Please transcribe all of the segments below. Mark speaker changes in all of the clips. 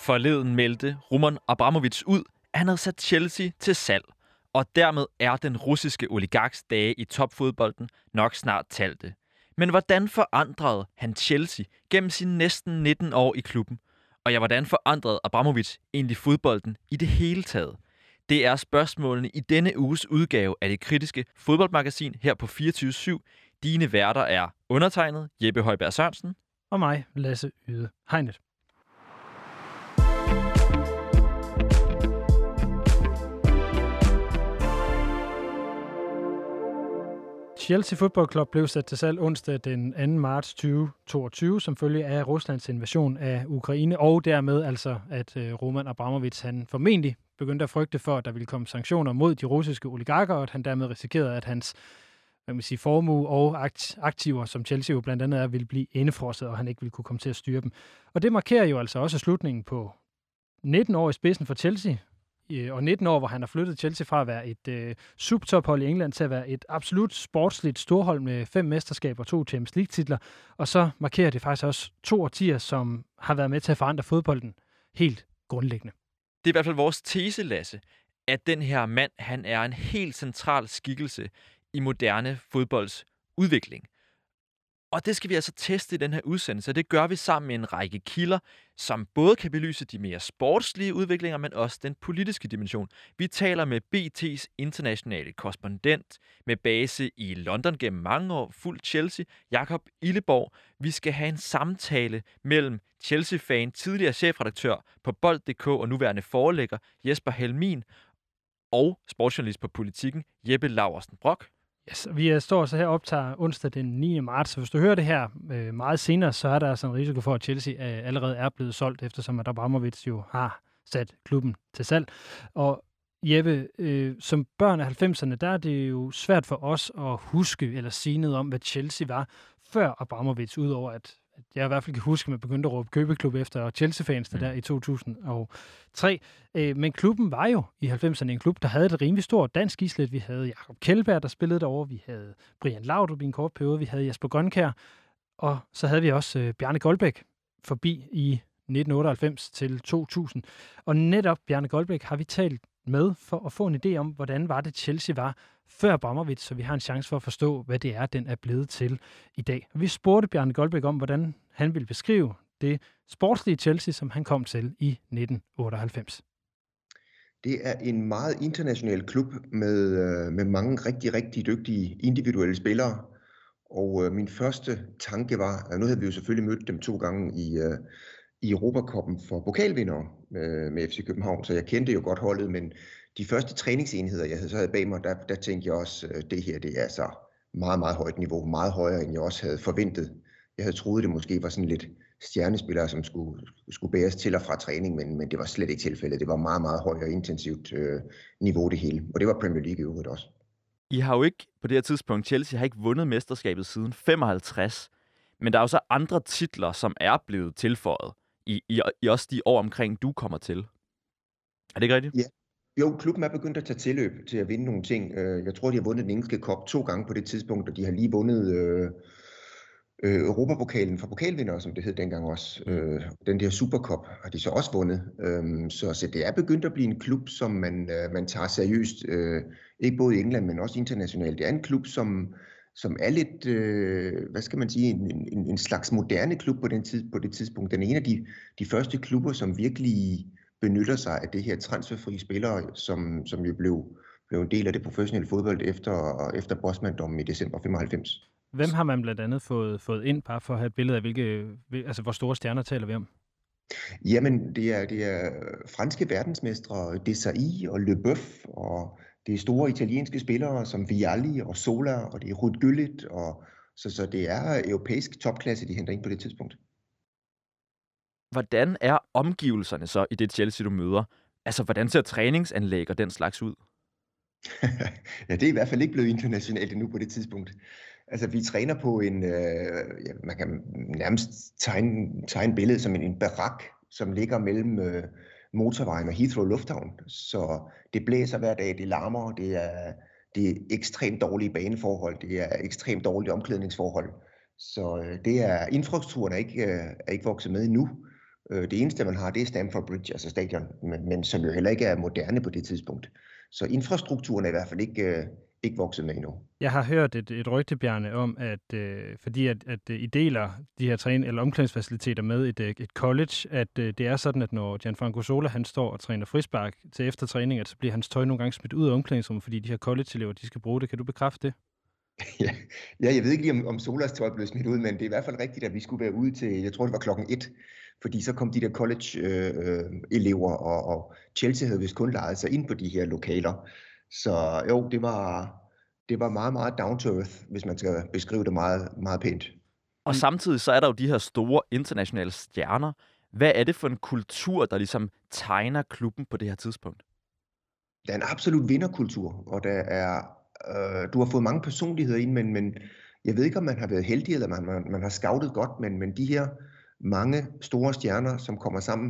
Speaker 1: Forleden meldte Roman Abramovich ud, at han havde sat Chelsea til salg, og dermed er den russiske oligarks dage i topfodbolden nok snart talte. Men hvordan forandrede han Chelsea gennem sine næsten 19 år i klubben? Og ja, hvordan forandrede Abramovich egentlig fodbolden i det hele taget? Det er spørgsmålene i denne uges udgave af det kritiske fodboldmagasin her på 24/7. Dine værter er undertegnet Jeppe Højberg Sørensen
Speaker 2: og mig, Lasse Yde Hegnet. Chelsea Football Club blev sat til salg onsdag den 2. marts 2022 som følge af Ruslands invasion af Ukraine, og dermed altså, at Roman Abramovich han formentlig begyndte at frygte for, at der ville komme sanktioner mod de russiske oligarker, og at han dermed risikerede, at hans formue og aktiver, som Chelsea jo blandt andet er, ville blive indefrosset, og han ikke ville kunne komme til at styre dem. Og det markerer jo altså også slutningen på 19 år i spidsen for Chelsea, og 19 år, hvor han har flyttet Chelsea fra at være et subtophold i England til at være et absolut sportsligt storhold med 5 mesterskaber og 2 Champions League-titler. Og så markerer det faktisk også 2 årtier, som har været med til at forandre fodbolden helt grundlæggende.
Speaker 1: Det er i hvert fald vores tese, Lasse, at den her mand, han er en helt central skikkelse i moderne fodbolds udvikling. Og det skal vi altså teste i den her udsendelse, og det gør vi sammen med en række kilder, som både kan belyse de mere sportslige udviklinger, men også den politiske dimension. Vi taler med BT's internationale korrespondent med base i London gennem mange år, fuldt Chelsea, Jakob Illeborg. Vi skal have en samtale mellem Chelsea-fan, tidligere chefredaktør på Bold.dk og nuværende forlægger Jesper Helmin og sportsjournalist på Politikken Jeppe Laursen Brock.
Speaker 2: Yes, vi står så her optager onsdag den 9. marts, så hvis du hører det her meget senere, så er der altså en risiko for, at Chelsea allerede er blevet solgt, eftersom at Abramovich jo har sat klubben til salg. Og Jeppe, som børn af 90'erne, der er det jo svært for os at huske eller sige noget om, hvad Chelsea var før Abramovich, udover at jeg i hvert fald kan huske, at man begyndte at råbe købeklub efter Chelsea-fans der i 2003. Men klubben var jo i 90'erne en klub, der havde et rimelig stort dansk islet. Vi havde Jakob Kjeldberg, der spillede derovre. Vi havde Brian Laudrup i en kort periode. Vi havde Jesper Grønkjær. Og så havde vi også Bjarne Goldbæk forbi i 1998 til 2000. Og netop Bjarne Goldbæk har vi talt med for at få en idé om, hvordan var det Chelsea var før Abramovich, så vi har en chance for at forstå, hvad det er, den er blevet til i dag. Vi spurgte Bjarne Goldbæk om, hvordan han ville beskrive det sportslige Chelsea, som han kom til i 1998.
Speaker 3: Det er en meget international klub med mange rigtig, rigtig dygtige individuelle spillere. Og min første tanke var, at nu havde vi jo selvfølgelig mødt dem 2 gange i Europacuppen for pokalvindere med FC København, så jeg kendte jo godt holdet, men de første træningsenheder, jeg havde bag mig, der tænkte jeg også, det her, det er altså meget, meget højt niveau, meget højere, end jeg også havde forventet. Jeg havde troet, det måske var sådan lidt stjernespillere, som skulle bæres til og fra træning, men det var slet ikke tilfældet. Det var meget, meget højt og intensivt niveau det hele, og det var Premier League i øvrigt også.
Speaker 1: I har jo ikke, på det her tidspunkt, Chelsea har ikke vundet mesterskabet siden 55, men der er jo så andre titler, som er blevet tilføjet i også de år omkring, du kommer til. Er det ikke rigtigt?
Speaker 3: Ja. Jo, klubben er begyndt at tage tilløb til at vinde nogle ting. Jeg tror, de har vundet den engelske cup 2 gange på det tidspunkt, og de har lige vundet Europapokalen for pokalvindere, som det hed dengang også. Den der Supercup har de så også vundet. Så det er begyndt at blive en klub, som man tager seriøst. Ikke både i England, men også internationalt. Det er en klub, som er lidt, hvad skal man sige, en slags moderne klub på det tidspunkt. Den er en af de første klubber, som virkelig benytter sig af det her transferfrie spillere, som jo blev en del af det professionelle fodbold efter Bosman-dommen i december 95.
Speaker 2: Hvem har man blandt andet fået ind, bare for at have et billede af, hvor store stjerner taler vi om?
Speaker 3: Jamen, det er franske verdensmestre, Desailly og Le Boeuf, og det er store italienske spillere som Vialli og Sola, og det er Ruud Gullit, og så det er europæisk topklasse, de henter ind på det tidspunkt.
Speaker 1: Hvordan er omgivelserne så i det Chelsea, du møder? Altså, hvordan ser træningsanlæg og den slags ud?
Speaker 3: Ja, det er i hvert fald ikke blevet internationalt endnu på det tidspunkt. Altså, vi træner på man kan nærmest tegne billedet som en barak, som ligger mellem motorvejen og Heathrow Lufthavn. Så det blæser hver dag, det larmer, det er ekstremt dårlige baneforhold, det er ekstremt dårlige omklædningsforhold. Så det er infrastrukturen er ikke vokset med endnu. Det eneste, man har, det er Stamford Bridge, altså stadion, men som jo heller ikke er moderne på det tidspunkt. Så infrastrukturen er i hvert fald ikke vokset med endnu.
Speaker 2: Jeg har hørt et rygte, Bjarne, om, at fordi at I deler de her eller omklædningsfaciliteter med et college, at det er sådan, at når Gianfranco Zola han står og træner frispark til eftertræning, at så bliver hans tøj nogle gange smidt ud af omklædningsrummet, fordi de her college-elever, de skal bruge det. Kan du bekræfte det?
Speaker 3: Ja, jeg ved ikke lige, om Solas tøj blev smidt ud, men det er i hvert fald rigtigt, at vi skulle være ude til, jeg tror det var klokken 1, fordi så kom de der college-elever, og Chelsea havde vist kun lejet sig ind på de her lokaler. Så jo, det var meget, meget down to earth, hvis man skal beskrive det meget, meget pænt.
Speaker 1: Og samtidig så er der jo de her store internationale stjerner. Hvad er det for en kultur, der ligesom tegner klubben på det her tidspunkt?
Speaker 3: Der er en absolut vinderkultur, og der er, du har fået mange personligheder ind, men jeg ved ikke, om man har været heldig, eller man har scoutet godt, men de her mange store stjerner, som kommer sammen,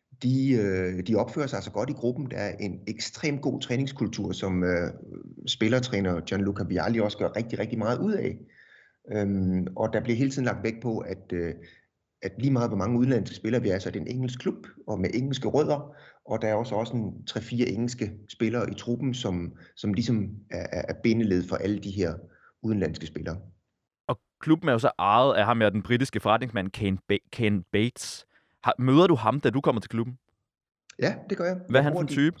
Speaker 3: de opfører sig altså godt i gruppen. Der er en ekstremt god træningskultur, som spillertræner Gianluca Vialli også gør rigtig, rigtig meget ud af. Og der bliver hele tiden lagt vægt på, at lige meget hvor mange udenlandske spillere vi er, så er det en engelsk klub, og med engelske rødder, og der er også en 3-4 engelske spillere i truppen, som ligesom er bindeled for alle de her udenlandske spillere.
Speaker 1: Og klubben er jo så ejet af ham med den britiske forretningsmand Kane Bates. Møder du ham, da du kommer til klubben?
Speaker 3: Ja, det gør jeg.
Speaker 1: Hvad er han for en type?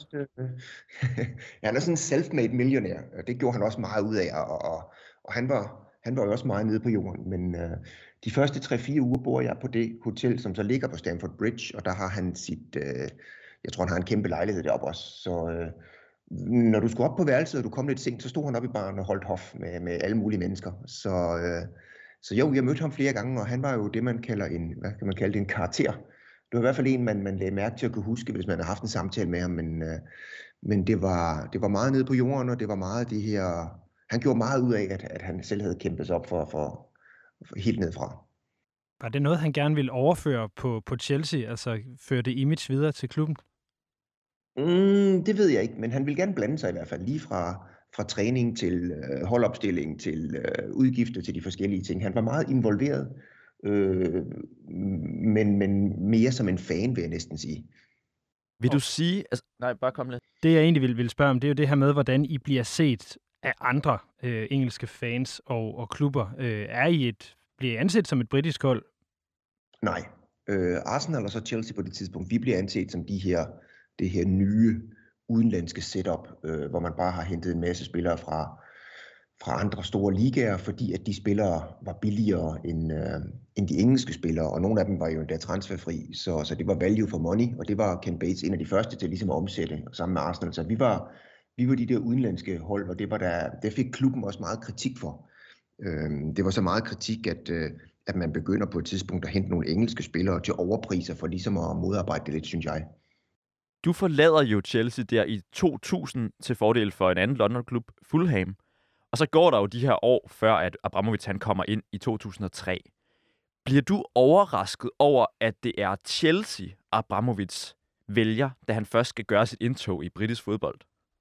Speaker 3: Ja, han er sådan en self-made millionær, og det gjorde han også meget ud af, og han var jo også meget nede på jorden, men de første 3-4 uger bor jeg på det hotel, som så ligger på Stamford Bridge, og der har han jeg tror han har en kæmpe lejlighed deroppe også, så når du skulle op på værelset, og du kom lidt sent, så stod han op i baren og holdt hof med alle mulige mennesker, så jo, jeg mødte ham flere gange, og han var jo det, man kalder en karakter. Det var i hvert fald en, man lagde mærke til at kunne huske, hvis man havde haft en samtale med ham, men det var meget nede på jorden, og det var meget det her. Han gjorde meget ud af, at han selv havde kæmpet sig op for helt nedfra.
Speaker 2: Var det noget, han gerne ville overføre på Chelsea, altså føre det image videre til klubben?
Speaker 3: Det ved jeg ikke, men han vil gerne blande sig i hvert fald, lige fra træning til holdopstilling til udgifter til de forskellige ting. Han var meget involveret, men mere som en fan, vil jeg næsten sige.
Speaker 1: Vil du sige... Altså, nej, bare kom lidt.
Speaker 2: Det, jeg egentlig vil spørge om, det er jo det her med, hvordan I bliver set af andre engelske fans og klubber. Bliver I anset som et britisk hold?
Speaker 3: Nej. Arsenal og så Chelsea på det tidspunkt, vi bliver anset som det her nye udenlandske setup, hvor man bare har hentet en masse spillere fra andre store ligaer, fordi at de spillere var billigere end de engelske spillere, og nogle af dem var jo endda transferfri, så det var value for money, og det var Ken Bates en af de første til ligesom at omsætte sammen med Arsenal. Så vi var de der udenlandske hold, og det fik klubben også meget kritik for. Det var så meget kritik, at man begynder på et tidspunkt at hente nogle engelske spillere til overpriser for ligesom at modarbejde det lidt, synes jeg.
Speaker 1: Du forlader jo Chelsea der i 2000 til fordel for en anden London-klub, Fulham. Og så går der jo de her år, før at Abramovich han kommer ind i 2003. Bliver du overrasket over, at det er Chelsea, Abramovich vælger, da han først skal gøre sit indtog i britisk fodbold?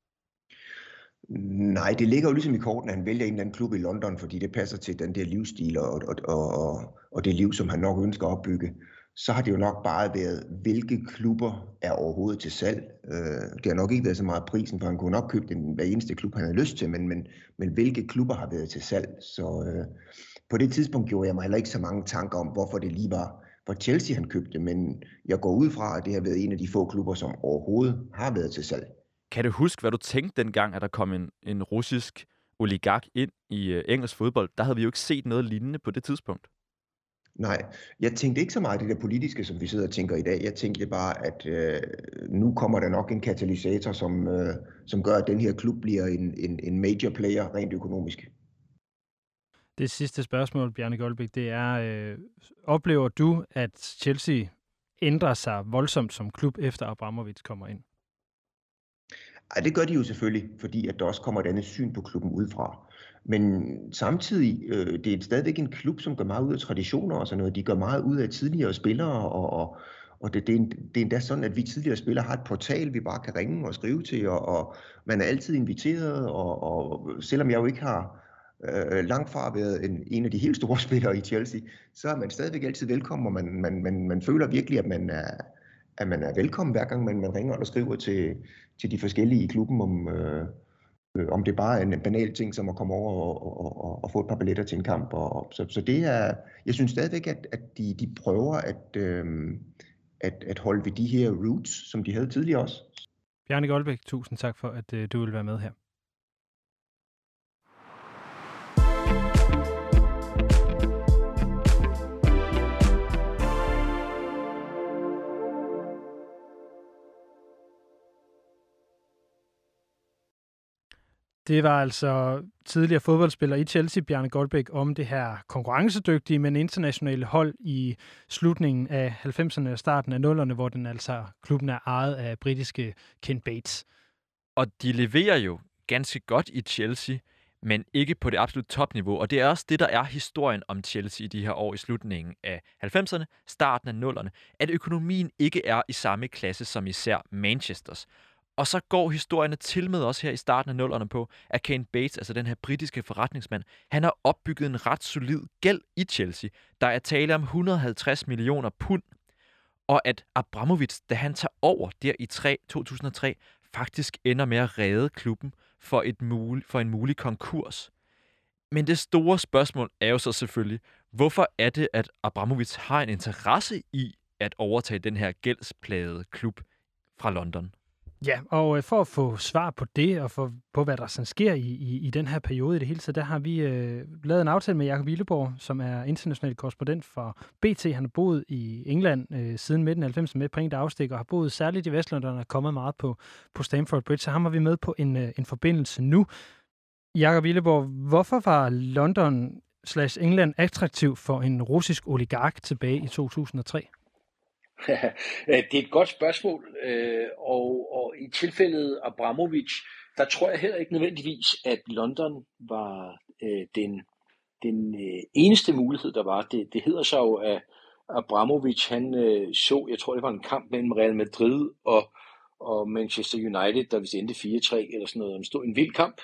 Speaker 3: Nej, det ligger jo ligesom i korten, at han vælger en eller anden klub i London, fordi det passer til den der livsstil og det liv, som han nok ønsker at opbygge. Så har det jo nok bare været, hvilke klubber er overhovedet til salg. Det har nok ikke været så meget prisen, for han kunne nok købe hver eneste klub, han havde lyst til, men hvilke klubber har været til salg. Så på det tidspunkt gjorde jeg mig heller ikke så mange tanker om, hvorfor det lige var Chelsea, han købte, men jeg går ud fra, at det har været en af de få klubber, som overhovedet har været til salg.
Speaker 1: Kan du huske, hvad du tænkte dengang, at der kom en russisk oligark ind i engelsk fodbold? Der havde vi jo ikke set noget lignende på det tidspunkt.
Speaker 3: Nej, jeg tænkte ikke så meget det der politiske, som vi sidder og tænker i dag. Jeg tænkte bare, at nu kommer der nok en katalysator, som gør, at den her klub bliver en major player rent økonomisk.
Speaker 2: Det sidste spørgsmål, Bjarne Goldbæk, det er, oplever du, at Chelsea ændrer sig voldsomt som klub, efter Abramovich kommer ind?
Speaker 3: Ej, det gør de jo selvfølgelig, fordi at der også kommer et andet syn på klubben udefra. Men samtidig, det er stadigvæk en klub, som gør meget ud af traditioner og sådan noget. De gør meget ud af tidligere spillere, og det er endda sådan, at vi tidligere spillere har et portal, vi bare kan ringe og skrive til, og man er altid inviteret, og selvom jeg jo ikke har langt fra været en af de helt store spillere i Chelsea, så er man stadigvæk altid velkommen, og man føler virkelig, at man er velkommen hver gang, man ringer og skriver til de forskellige i klubben, om det bare er en banal ting, som at komme over og få et par billetter til en kamp. Så det er, jeg synes stadigvæk, at de prøver at holde ved de her roots, som de havde tidligere også.
Speaker 2: Bjarne Goldbæk, tusind tak for, at du vil være med her. Det var altså tidligere fodboldspiller i Chelsea, Bjarne Goldbæk, om det her konkurrencedygtige, men internationale hold i slutningen af 90'erne og starten af 0'erne, hvor klubben er ejet af britiske Ken Bates.
Speaker 1: Og de leverer jo ganske godt i Chelsea, men ikke på det absolut topniveau. Og det er også det, der er historien om Chelsea i de her år i slutningen af 90'erne, starten af 0'erne, at økonomien ikke er i samme klasse som især Manchesters. Og så går historierne til med også her i starten af 0'erne på, at Ken Bates, altså den her britiske forretningsmand, han har opbygget en ret solid gæld i Chelsea. Der er tale om 150 millioner pund, og at Abramovich, da han tager over der i 2003, faktisk ender med at redde klubben for en mulig konkurs. Men det store spørgsmål er jo så selvfølgelig, hvorfor er det, at Abramovich har en interesse i at overtage den her gældsplagede klub fra London?
Speaker 2: Ja, og for at få svar på det, og på hvad der sådan sker i den her periode i det hele taget, der har vi lavet en aftale med Jakob Willeborg, som er international korrespondent for BT. Han har boet i England siden midten af 90'erne med point afstik, og har boet særligt i Vestlondon og er kommet meget på Stamford Bridge, så ham har vi med på en forbindelse nu. Jakob Willeborg, hvorfor var London/England attraktiv for en russisk oligark tilbage i 2003?
Speaker 4: Det er et godt spørgsmål, og i tilfældet Abramovich, der tror jeg heller ikke nødvendigvis, at London var den eneste mulighed, der var. Det hedder så jo, at Abramovich, han jeg tror det var en kamp mellem Real Madrid og Manchester United, der vist endte 4-3 eller sådan noget. Han stod en vild kamp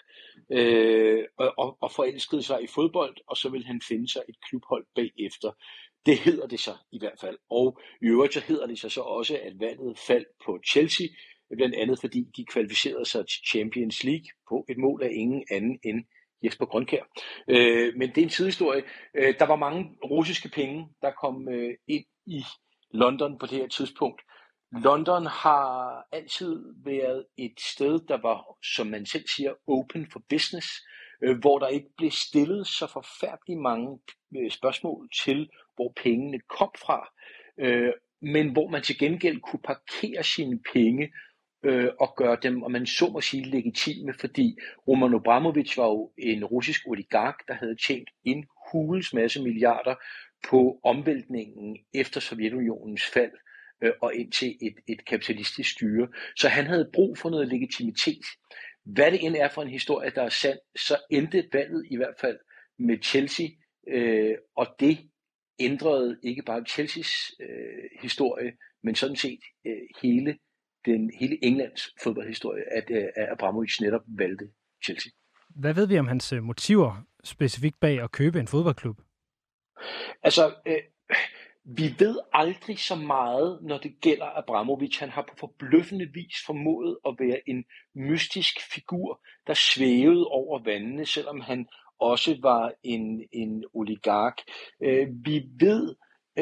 Speaker 4: og forelskede sig i fodbold, og så ville han finde sig et klubhold bagefter. Det hedder det så i hvert fald. Og i øvrigt så hedder det sig så også, at valget faldt på Chelsea, blandt andet fordi de kvalificerede sig til Champions League på et mål af ingen anden end Jesper Grønkjær. Men det er en sidehistorie. Der var mange russiske penge, der kom ind i London på det her tidspunkt. London har altid været et sted, der var, som man selv siger, open for business, hvor der ikke blev stillet så forfærdeligt mange spørgsmål til, hvor pengene kom fra, men hvor man til gengæld kunne parkere sine penge og gøre dem, og man så må sige, legitime, fordi Roman Abramovich var jo en russisk oligark, der havde tjent en hulens masse milliarder på omvæltningen efter Sovjetunionens fald og ind til et kapitalistisk styre. Så han havde brug for noget legitimitet. Hvad det end er for en historie, der er sand, så endte valget i hvert fald med Chelsea, og det ændrede ikke bare Chelseas historie, men sådan set hele Englands fodboldhistorie, at Abramovich netop valgte Chelsea.
Speaker 2: Hvad ved vi om hans motiver specifikt bag at købe en fodboldklub?
Speaker 4: Altså, vi ved aldrig så meget, når det gælder Abramovich. Han har på forbløffende vis formået at være en mystisk figur, der svævede over vandene, selvom han også var en oligark. Vi ved,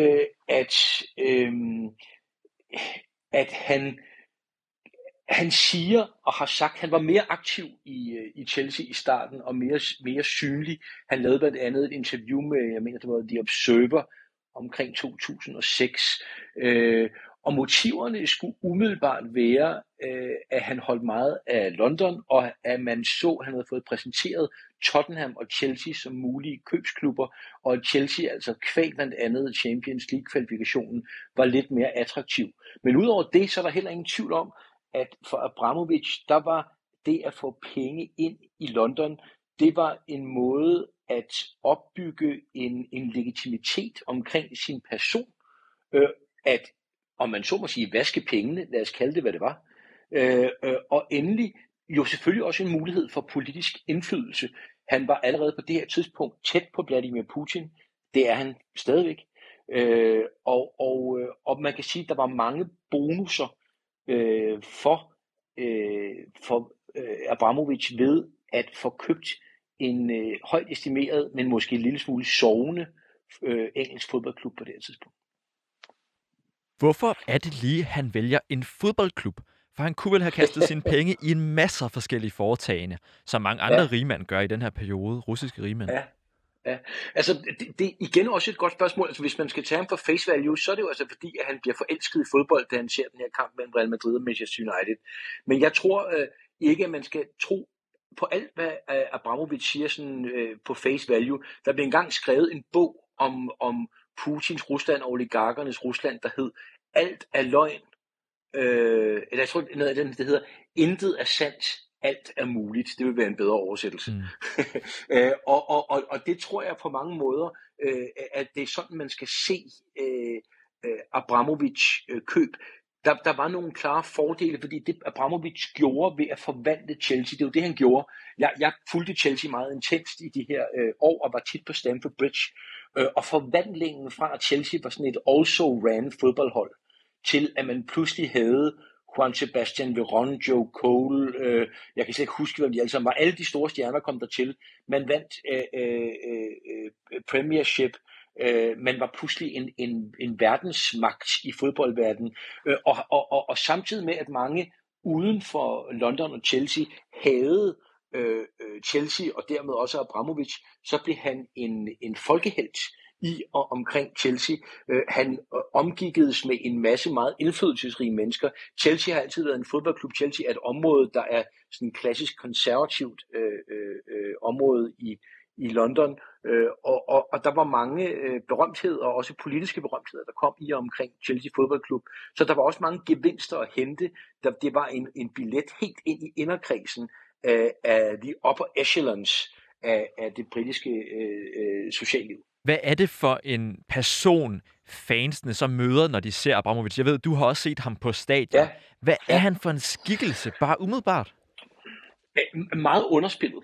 Speaker 4: at han siger og har sagt, at han var mere aktiv i Chelsea i starten og mere synlig. Han lavede blandt andet et interview med, jeg mener det var The Observer, omkring 2006. Og motiverne skulle umiddelbart være, at han holdt meget af London, og at man så, at han havde fået præsenteret Tottenham og Chelsea som mulige købsklubber, og at Chelsea, altså kvæg blandt andet Champions League-kvalifikationen, var lidt mere attraktiv. Men udover det, så er der heller ingen tvivl om, at for Abramovich, der var det at få penge ind i London, det var en måde at opbygge en legitimitet omkring sin person, at, om man så må sige, vaske pengene, lad os kalde det, hvad det var, og endelig jo selvfølgelig også en mulighed for politisk indflydelse. Han var allerede på det her tidspunkt tæt på Vladimir Putin. Det er han stadigvæk. Og man kan sige, at der var mange bonusser for Abramovich ved at få købt en højt estimeret, men måske en lille smule sovende engelsk fodboldklub på det her tidspunkt.
Speaker 1: Hvorfor er det lige, han vælger en fodboldklub? For han kunne vel have kastet sine penge i en masse af forskellige foretagende, som mange andre rigmænd gør i den her periode, russiske rigmænd.
Speaker 4: Ja. Altså, det er igen også et godt spørgsmål. Altså, hvis man skal tage ham for face value, så er det jo altså fordi, at han bliver forelsket i fodbold, da han ser den her kamp mellem Real Madrid og Manchester United. Men jeg tror ikke, at man skal tro på alt, hvad Abramovich siger sådan, på face value. Der blev engang skrevet en bog om Putins Rusland og oligarkernes Rusland, der hed Alt er løgn. Eller jeg tror, noget af den, det hedder Intet er sandt, alt er muligt. Det vil være en bedre oversættelse. Og det tror jeg på mange måder, at det er sådan, man skal se Abramovich køb. Der var nogle klare fordele, fordi det Abramovich gjorde ved at forvandle Chelsea, det er jo det, han gjorde. Jeg fulgte Chelsea meget intenst i de her år, og var tit på Stamford Bridge. Og forvandlingen fra, at Chelsea var sådan et also-ran fodboldhold, til at man pludselig havde Juan Sebastian Veron, Joe Cole, jeg kan slet ikke huske, hvem de alle sammen var. Alle de store stjerner kom der til. Man vandt Premiership. Man var pludselig en verdensmagt i fodboldverdenen. Og samtidig med, at mange uden for London og Chelsea havde Chelsea og dermed også Abramovich, så blev han en folkehelt i og omkring Chelsea. Han omgikkedes med en masse meget indflydelsesrige mennesker. Chelsea har altid været en fodboldklub. Chelsea er et område, der er sådan et klassisk konservativt område i London, og der var mange berømtheder, og også politiske berømtheder, der kom i og omkring Chelsea fodboldklub. Så der var også mange gevinster at hente. Det var en billet helt ind i inderkredsen af de upper echelons af det britiske socialliv.
Speaker 1: Hvad er det for en person, fansene så møder, når de ser Abramovich? Jeg ved, du har også set ham på stadion. Ja. Hvad er han for en skikkelse, bare umiddelbart?
Speaker 4: Meget underspillet.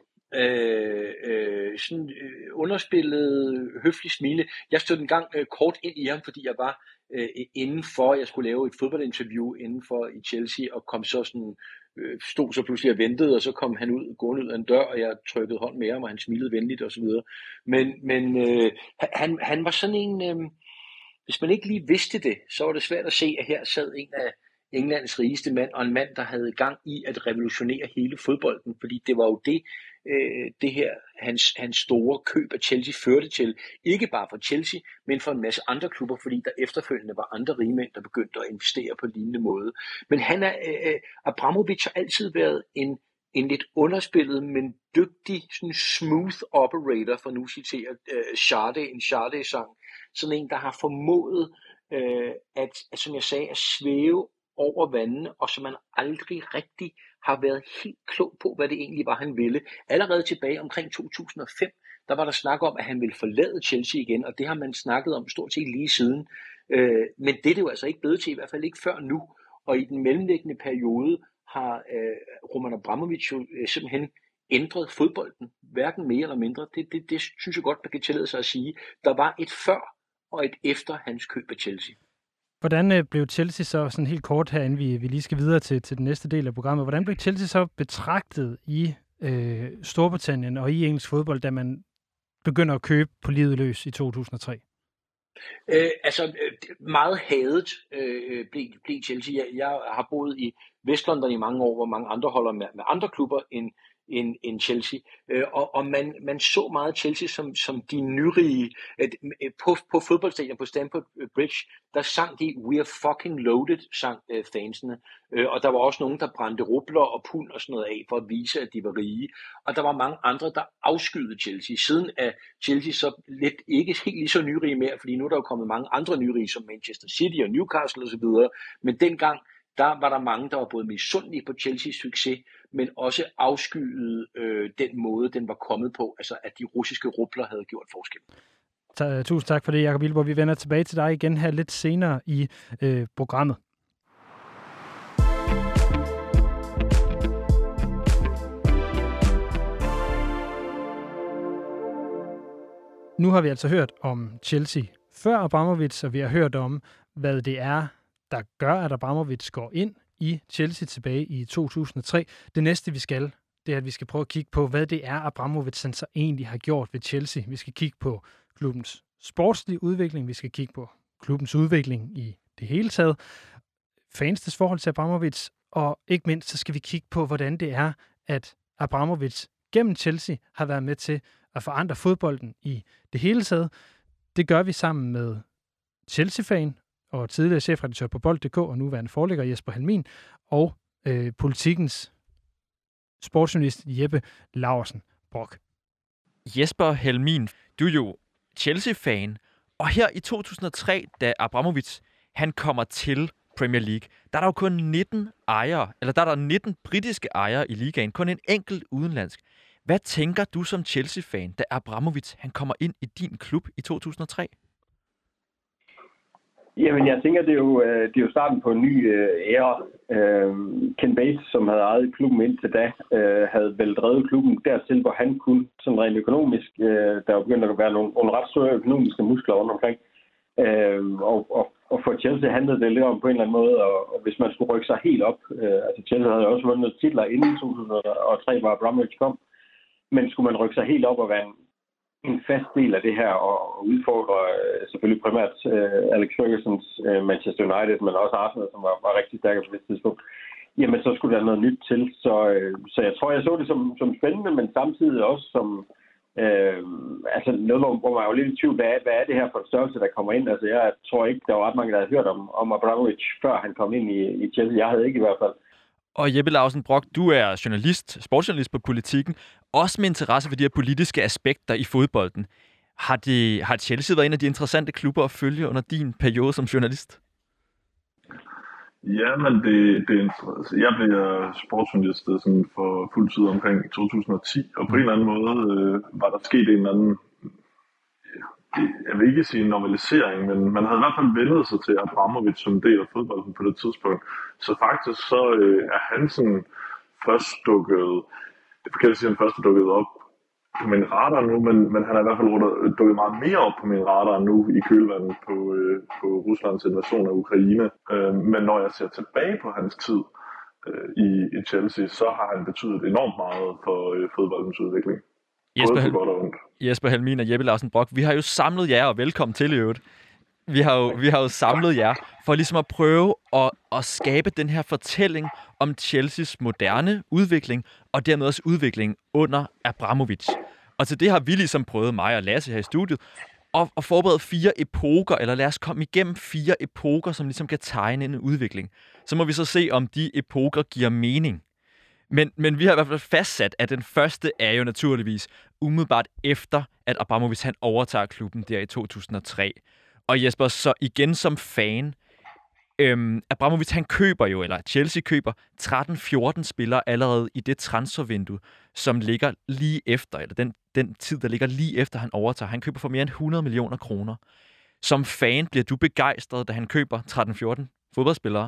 Speaker 4: Underspillet, høflig smile. Jeg stod en gang kort ind i ham, fordi jeg var indenfor, jeg skulle lave et fodboldinterview indenfor i Chelsea, og kom så sådan, stod så pludselig og ventede, og så kom han gående ud af en dør, og jeg trykkede hånd med ham, og han smilede venligt og så videre. Men han var sådan en, hvis man ikke lige vidste det, så var det svært at se, at her sad en af Englands rigeste mand, og en mand, der havde gang i at revolutionere hele fodbolden, fordi det var jo det her, hans store køb af Chelsea førte til, ikke bare for Chelsea, men for en masse andre klubber, fordi der efterfølgende var andre rigmænd, der begyndte at investere på lignende måde. Men Abramovich har altid været en lidt underspillet, men dygtig, sådan smooth operator, for nu citerer en Sade-sang, sådan en, der har formået at, som jeg sagde, at svæve over vandene, og som man aldrig rigtig har været helt klog på, hvad det egentlig var, han ville. Allerede tilbage omkring 2005, der var der snak om, at han ville forlade Chelsea igen, og det har man snakket om stort set lige siden. Men det er det jo altså ikke blevet til, i hvert fald ikke før nu. Og i den mellemliggende periode har Roman Abramovich jo simpelthen ændret fodbolden, hverken mere eller mindre. Det synes jeg godt, man kan tillade sig at sige. Der var et før og et efter hans køb af Chelsea.
Speaker 2: Hvordan blev Chelsea så, sådan helt kort her, inden vi lige skal videre til den næste del af programmet, hvordan blev Chelsea så betragtet i Storbritannien og i engelsk fodbold, da man begynder at købe på livet løs i 2003?
Speaker 4: Meget hadet blev Chelsea. Jeg har boet i Vestlondon i mange år, hvor mange andre holder med andre klubber end Chelsea. Og man så meget Chelsea som de nyrige. På fodboldstadion på Stamford Bridge, der sang de "We are fucking loaded", sang fansene. Og der var også nogen, der brændte rubler og pund og sådan noget af, for at vise, at de var rige. Og der var mange andre, der afskyede Chelsea. Siden er Chelsea så lidt ikke helt lige så nyrige mere, fordi nu er der jo kommet mange andre nyrige, som Manchester City og Newcastle osv. Men dengang, der var der mange, der var både misundelige på Chelseas succes, men også afskyede den måde, den var kommet på, altså at de russiske rubler havde gjort forskel.
Speaker 2: Tusind tak for det, Jakob Wilborg. Vi vender tilbage til dig igen her lidt senere i programmet. Nu har vi altså hørt om Chelsea før Abramovich, og vi har hørt om, hvad det er, der gør, at Abramovich går ind i Chelsea tilbage i 2003. Det næste, vi skal, det er, at vi skal prøve at kigge på, hvad det er, Abramovich så egentlig har gjort ved Chelsea. Vi skal kigge på klubbens sportslige udvikling, vi skal kigge på klubbens udvikling i det hele taget, fanstes forhold til Abramovich, og ikke mindst, så skal vi kigge på, hvordan det er, at Abramovich gennem Chelsea har været med til at forandre fodbolden i det hele taget. Det gør vi sammen med Chelsea-fan og tidligere chefredaktør på Bold.dk og nuværende forlægger Jesper Helmin og Politikens sportsjournalist Jeppe Laursen Brock.
Speaker 1: Jesper Helmin, du er jo Chelsea-fan, og her i 2003, da Abramovich han kommer til Premier League, der er der jo kun 19 ejere, eller der er der 19 britiske ejere i ligaen, kun en enkelt udenlandsk. Hvad tænker du som Chelsea-fan, da Abramovich han kommer ind i din klub i 2003?
Speaker 5: Jamen, jeg tænker, det er jo starten på en ny æra. Ken Bates, som havde ejet klubben indtil da, havde vel drevet klubben dertil, hvor han kunne, sådan rent økonomisk. Der var begyndt at være nogle ret store økonomiske muskler rundt omkring. Og for Chelsea handlede det lidt om på en eller anden måde, og hvis man skulle rykke sig helt op, altså Chelsea havde også vundet titler inden 2003, hvor Abramovich kom, men skulle man rykke sig helt op og være en fast del af det her, og udfordre selvfølgelig primært Alex Fergusons Manchester United, men også Arsenal, som var rigtig stærke på det tidspunkt, jamen så skulle der noget nyt til. Så jeg tror, jeg så det som spændende, men samtidig også som altså noget, hvor man er jo lidt i tvivl, hvad er det her for en størrelse, der kommer ind? Altså jeg tror ikke, der var ret mange, der havde hørt om Abramovich, før han kom ind i Chelsea. Jeg havde ikke i hvert fald.
Speaker 1: Og Jeppe Laursen Brock, du er journalist, sportsjournalist på Politikken, også med interesse for de her politiske aspekter i fodbolden. Har Chelsea været en af de interessante klubber at følge under din periode som journalist?
Speaker 6: Ja, men jeg blev sportsjournalist sådan for fuld tid omkring 2010, og på en eller anden måde var der sket en eller anden, jeg vil ikke sige normalisering, men man havde i hvert fald vendet sig til Abramovich som del af fodbolden på det tidspunkt. Så faktisk så er han sådan først dukket, det er forkert at sige, at han først er dukket op på min radar nu, men han er i hvert fald dukket meget mere op på min radar nu i kølvandet på Ruslands invasion af Ukraine. Men når jeg ser tilbage på hans tid i Chelsea, så har han betydet enormt meget for fodboldens udvikling.
Speaker 1: Jesper Helmin og Jeppe Laursen Brock, vi har jo samlet jer, og velkommen til i øvrigt. Vi har jo samlet jer for ligesom at prøve at skabe den her fortælling om Chelseas moderne udvikling, og dermed også udvikling under Abramovich. Og til det har vi ligesom prøvet, mig og Lasse her i studiet, at forberede 4 epoker, eller lad os komme igennem 4 epoker, som ligesom kan tegne en udvikling. Så må vi så se, om de epoker giver mening. Men vi har i hvert fald fastsat, at den første er jo naturligvis umiddelbart efter, at Abramovich han overtager klubben der i 2003. Og Jesper, så igen som fan, Abramovich han køber jo, eller Chelsea køber 13-14 spillere allerede i det transfervindue, som ligger lige efter, eller den tid, der ligger lige efter han overtager. Han køber for mere end 100 millioner kroner. Som fan bliver du begejstret, da han køber 13-14 fodboldspillere?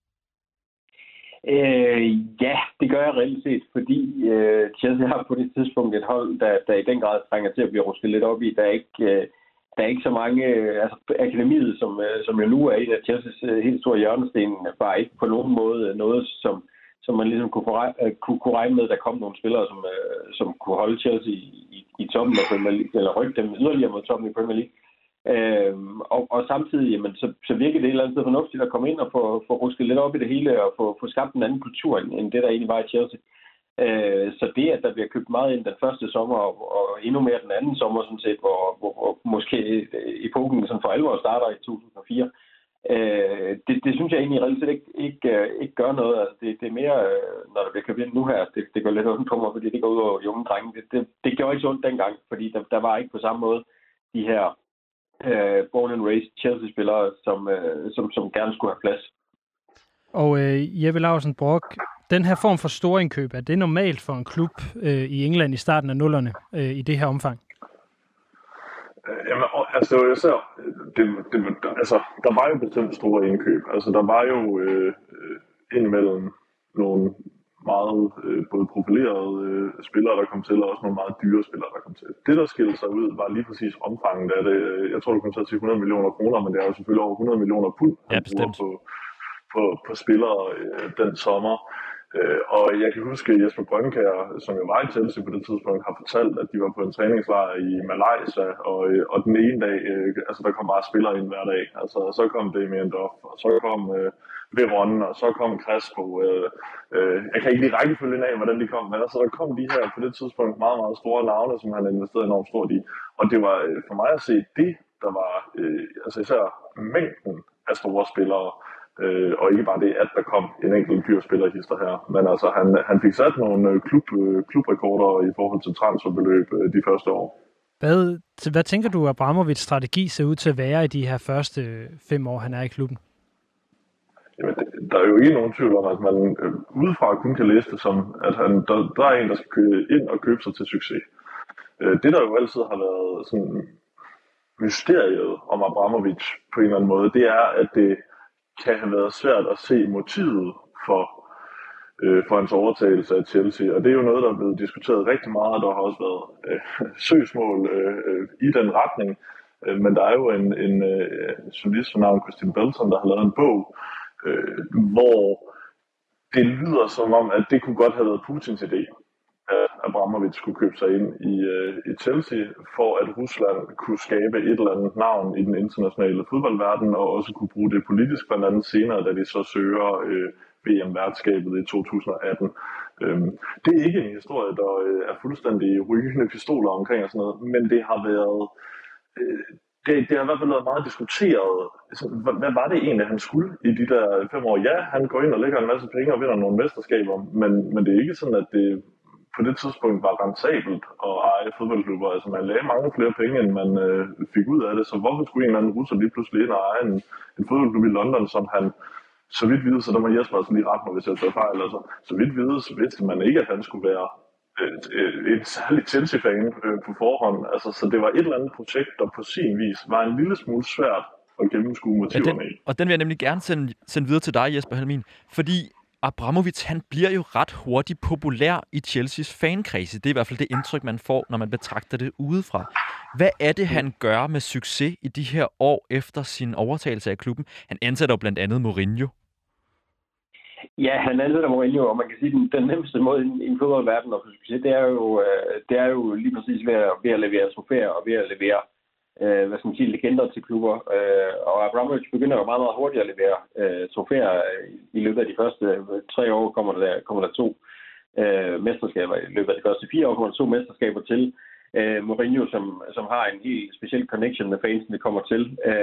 Speaker 5: Ja, det gør jeg reelt set, fordi Chelsea har på det tidspunkt et hold, der i den grad trænger til at blive rusket lidt op i. Der er ikke så mange, altså akademiet, som jo nu er en af Chelseas helt store hjørnesten, var ikke på nogen måde noget, som man ligesom kunne regne med, der kom nogle spillere, som kunne holde Chelsea i toppen af Premier League, eller rykke dem yderligere mod toppen i Premier League. Og samtidig jamen, så virker det et eller andet sted fornuftigt at komme ind og få rusket lidt op i det hele og få skabt en anden kultur, end det der egentlig var i Chelsea. Så det, at der bliver købt meget ind den første sommer og endnu mere den anden sommer, sådan set, hvor måske epoken sådan for alvor starter i 2004, det synes jeg egentlig reelt set ikke gør noget. Altså det er mere, når der bliver købt ind nu her, det går lidt ondt på mig, fordi det går ud over unge drenge. Det gjorde ikke så ondt dengang, fordi der var ikke på samme måde de her born and raised Chelsea-spillere, som gerne skulle have plads.
Speaker 2: Og Jeppe Laursen Brock, den her form for store indkøb, er det normalt for en klub i England i starten af 00'erne i det her omfang?
Speaker 6: Jamen, altså, der var jo bestemt store indkøb. Altså, der var jo indimellem nogle meget både profilerede spillere, der kom til, og også nogle meget dyre spillere, der kom til. Det, der skilte sig ud, var lige præcis omfanget af det. Jeg tror, du kom til at sige 100 millioner kroner, men det er jo selvfølgelig over 100 millioner pund, han bruger på spillere den sommer. Og jeg kan huske, Jesper Grønkjær, som jo var i Chelsea på det tidspunkt, har fortalt, at de var på en træningslejr i Malaysia, og den ene dag, altså der kom bare spillere ind hver dag. Altså så kom Damien Duff, og så kom Veron, og så kom Crespo. Jeg kan ikke lige rækkefølgen af, hvordan de kom, men altså der kom de her på det tidspunkt meget, meget store navne, som han investerede enormt stort i. Og det var for mig at se det, der var altså især mængden af store spillere, og ikke bare det, at der kom en enkelt dyr spillerhister her. Men altså, han fik sat nogle klubrekorder i forhold til transferbeløb de første år.
Speaker 2: Hvad tænker du, Abramovics strategi ser ud til at være i de her første 5 år, han er i klubben?
Speaker 6: Jamen, der er jo ikke nogen tvivl om, at man udefra kun kan læse det som, at der er en, der skal ind og købe sig til succes. Det, der jo altid har været sådan mysteriet om Abramovic på en eller anden måde, det er, at det kan have været svært at se motivet for hans overtagelse af Chelsea. Og det er jo noget, der er blevet diskuteret rigtig meget. Der har også været søgsmål i den retning. Men der er jo en journalist for navn Christian Belton, der har lavet en bog, hvor det lyder som om, at det kunne godt have været Putins idé, at Abramovic skulle købe sig ind i Chelsea, for at Rusland kunne skabe et eller andet navn i den internationale fodboldverden, og også kunne bruge det politisk, blandt andet senere, da de så søger VM-værtskabet i 2018. Det er ikke en historie, der er fuldstændig rygende pistoler omkring og sådan noget, men det har været... Det har i hvert fald været meget diskuteret. Hvad var det egentlig, han skulle i de der 5 år? Ja, han går ind og lægger en masse penge og vinder nogle mesterskaber, men det er ikke sådan, at det på det tidspunkt var rentabelt at eje fodboldklubber. Altså man lagde mange flere penge, end man fik ud af det. Så hvorfor skulle en eller anden russer lige pludselig ind og eje en fodboldklub i London, som han så vidt vide, så der må Jesper altså lige rette mig, hvis jeg tager fejl. Altså, så vidt vide, så vidste man ikke, at han skulle være en særlig Chelsea-fan på forhånd. Altså, så det var et eller andet projekt, der på sin vis var en lille smule svært at gennemskue motiverne i.
Speaker 1: Og den vil jeg nemlig gerne sende videre til dig, Jesper Halmin, fordi Abramovic, han bliver jo ret hurtigt populær i Chelseas fankredse. Det er i hvert fald det indtryk, man får, når man betragter det udefra. Hvad er det, han gør med succes i de her år efter sin overtagelse af klubben? Han ansætter jo blandt andet Mourinho.
Speaker 5: Ja, han ansætter Mourinho, og man kan sige, at den nemmeste måde i en fodboldverden at få succes, det er jo lige præcis ved at levere trofæer og ved at levere legender til klubber. Og Abramovic begynder jo meget, meget hurtigt at levere trofæer. I løbet af de første 3 år kommer der 2 mesterskaber. I løbet af de første 4 år kommer der 2 mesterskaber til. Mourinho, som har en helt speciel connection med fansene, kommer til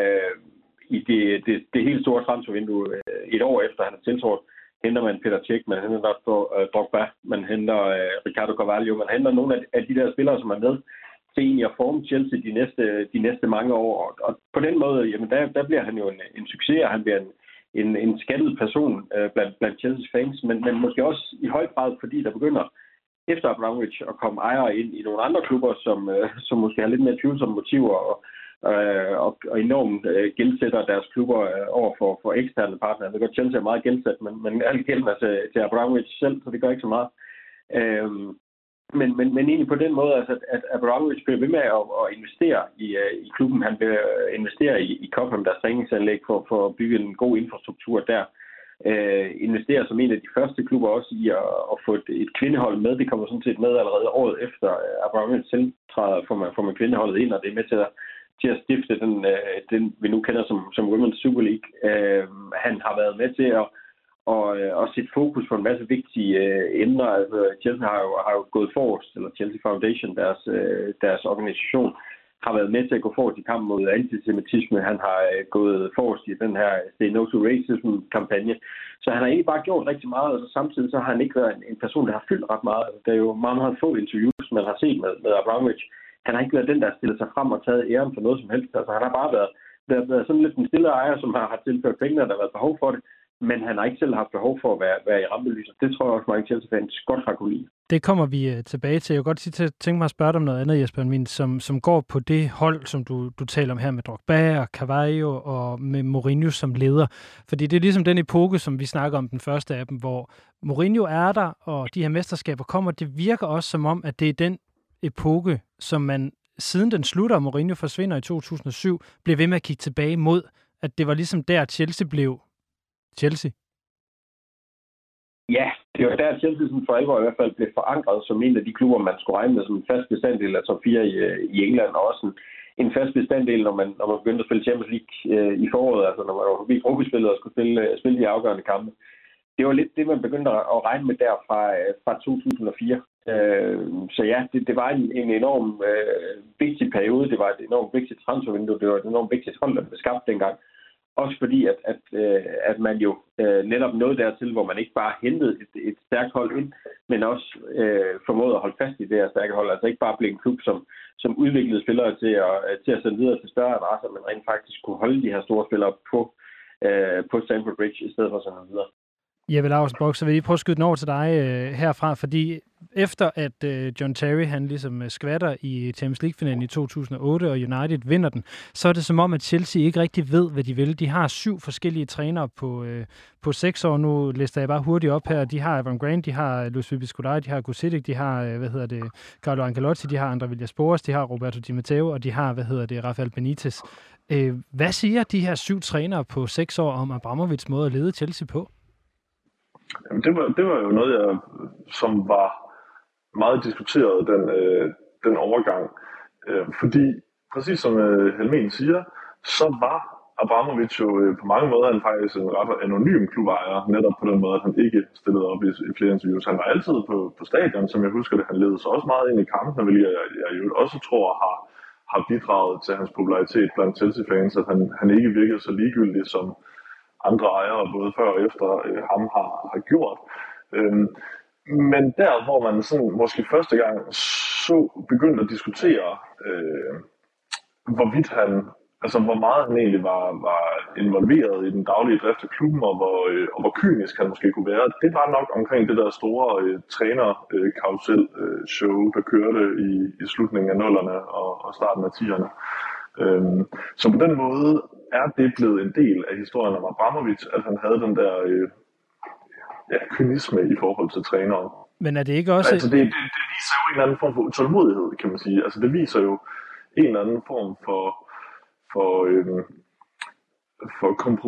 Speaker 5: i det helt store transfervindue 1 år efter han er tiltrådt. Henter man Peter Cech, man henter Drogba, man henter Ricardo Carvalho, man henter nogle af de der spillere, som er med til egentlig at forme Chelsea de næste mange år. Og på den måde, jamen der bliver han jo en succes, og han bliver en skattet person blandt Chelseas fans, men måske også i høj grad, fordi der begynder efter Abramovic at komme ejere ind i nogle andre klubber, som måske har lidt mere tvivlsomme motiver og enormt gældsætter deres klubber over for eksterne partnere. Det gør Chelsea er meget gældsat, men alt gælden er til Abramovic selv, så det gør ikke så meget. Men egentlig på den måde, altså, at Abramovic bliver ved med at investere i klubben. Han vil investere i Cobham, deres træningsanlæg, for at bygge en god infrastruktur der. Investerer som en af de første klubber også i at få et kvindehold med. Det kommer sådan set med allerede året efter Abramovic tiltræder, får man kvindeholdet ind, og det er med til at stifte den vi nu kender som Women's Super League. Han har været med til at sætte fokus på en masse vigtige emner. Altså, Chelsea har jo gået forrest, eller Chelsea Foundation, deres organisation, har været med til at gå forrest i kampen mod antisemitisme. Han har gået forrest i den her Say No to Racism-kampagne. Så han har egentlig bare gjort rigtig meget, og så samtidig så har han ikke været en person, der har fyldt ret meget. Altså, der er jo meget, meget få interviews, man har set med Abramovic. Han har ikke været den, der har stillet sig frem og taget æren for noget som helst. Altså, han har bare været sådan lidt en stille ejer, som har tilført penge, der har været behov for det. men han har ikke selv haft behov for at være i rampelyset. Det tror jeg også, mange Chelsea-fans godt har kunne lide.
Speaker 2: Det kommer vi tilbage til. Jeg vil godt tænke mig at spørge dig om noget andet, Jesper, som går på det hold, som du taler om her med Drogba og Carvalho og med Mourinho som leder. Fordi det er ligesom den epoke, som vi snakker om, den første af dem, hvor Mourinho er der, og de her mesterskaber kommer. Det virker også som om, at det er den epoke, som man siden den slutter, og Mourinho forsvinder i 2007, blev ved med at kigge tilbage mod, at det var ligesom der, Chelsea blev Chelsea.
Speaker 5: Ja, det var der, Chelsea for alvor i hvert fald blev forankret som en af de klubber, man skulle regne med som en fast bestanddel af top 4 i England, og også en fast bestanddel, når man begyndte at spille Champions League i foråret, altså når man var forbi gruppespillet og skulle spille de afgørende kampe. Det var lidt det, man begyndte at regne med der fra 2004. Så ja, det var en enorm vigtig periode, det var et enormt vigtigt transfervindue, det var et enormt vigtigt hold, der blev skabt dengang. Også fordi, at man jo netop nåede dertil, hvor man ikke bare hentede et stærkt hold ind, men også formåede at holde fast i det her stærke hold. Altså ikke bare blive en klub, som udviklede spillere til at sende videre til større adresser, men rent faktisk kunne holde de her store spillere på Stamford Bridge i stedet for sådan noget videre.
Speaker 2: Jeppe Laursen, så vil jeg lige prøve at skyde den over til dig herfra, fordi efter at John Terry han ligesom skvatter i Champions League-finalen i 2008, og United vinder den, så er det som om, at Chelsea ikke rigtig ved, hvad de vil. De har 7 forskellige trænere på 6 år. Nu lister jeg bare hurtigt op her. De har Avram Grant, de har Luis Felipe Scolari, de har Gusidic, de har, Carlo Ancelotti, de har André Villas-Boas, de har Roberto Di Matteo, og de har, Rafael Benitez. Hvad siger de her 7 trænere på 6 år om Abramovits måde at lede Chelsea på?
Speaker 6: Jamen, det var jo noget, som var meget diskuteret, den overgang. Fordi, præcis som Helmin siger, så var Abramovich jo på mange måder faktisk en ret anonym klubejer, netop på den måde, at han ikke stillede op i flere interviews. Han var altid på stadion, som jeg husker det. Han ledede sig også meget ind i kampene, hvilket jeg jo også tror har bidraget til hans popularitet blandt Chelsea-fans, at han ikke virkede så ligegyldig som andre ejere, både før og efter ham har gjort. Men der, hvor man sådan, måske første gang begyndte at diskutere, hvorvidt hvor meget han egentlig var involveret i den daglige drift af klubben, og hvor kynisk han måske kunne være, det var nok omkring det der store træner-karusel-show, der kørte i slutningen af 0'erne og starten af 10'erne. Så på den måde er det blevet en del af historien om Abramovich, at han havde den der kynisme i forhold til trænere.
Speaker 2: Men er det ikke også...
Speaker 6: Altså det viser jo en eller anden form for utålmodighed, kan man sige. Altså det viser jo en eller anden form for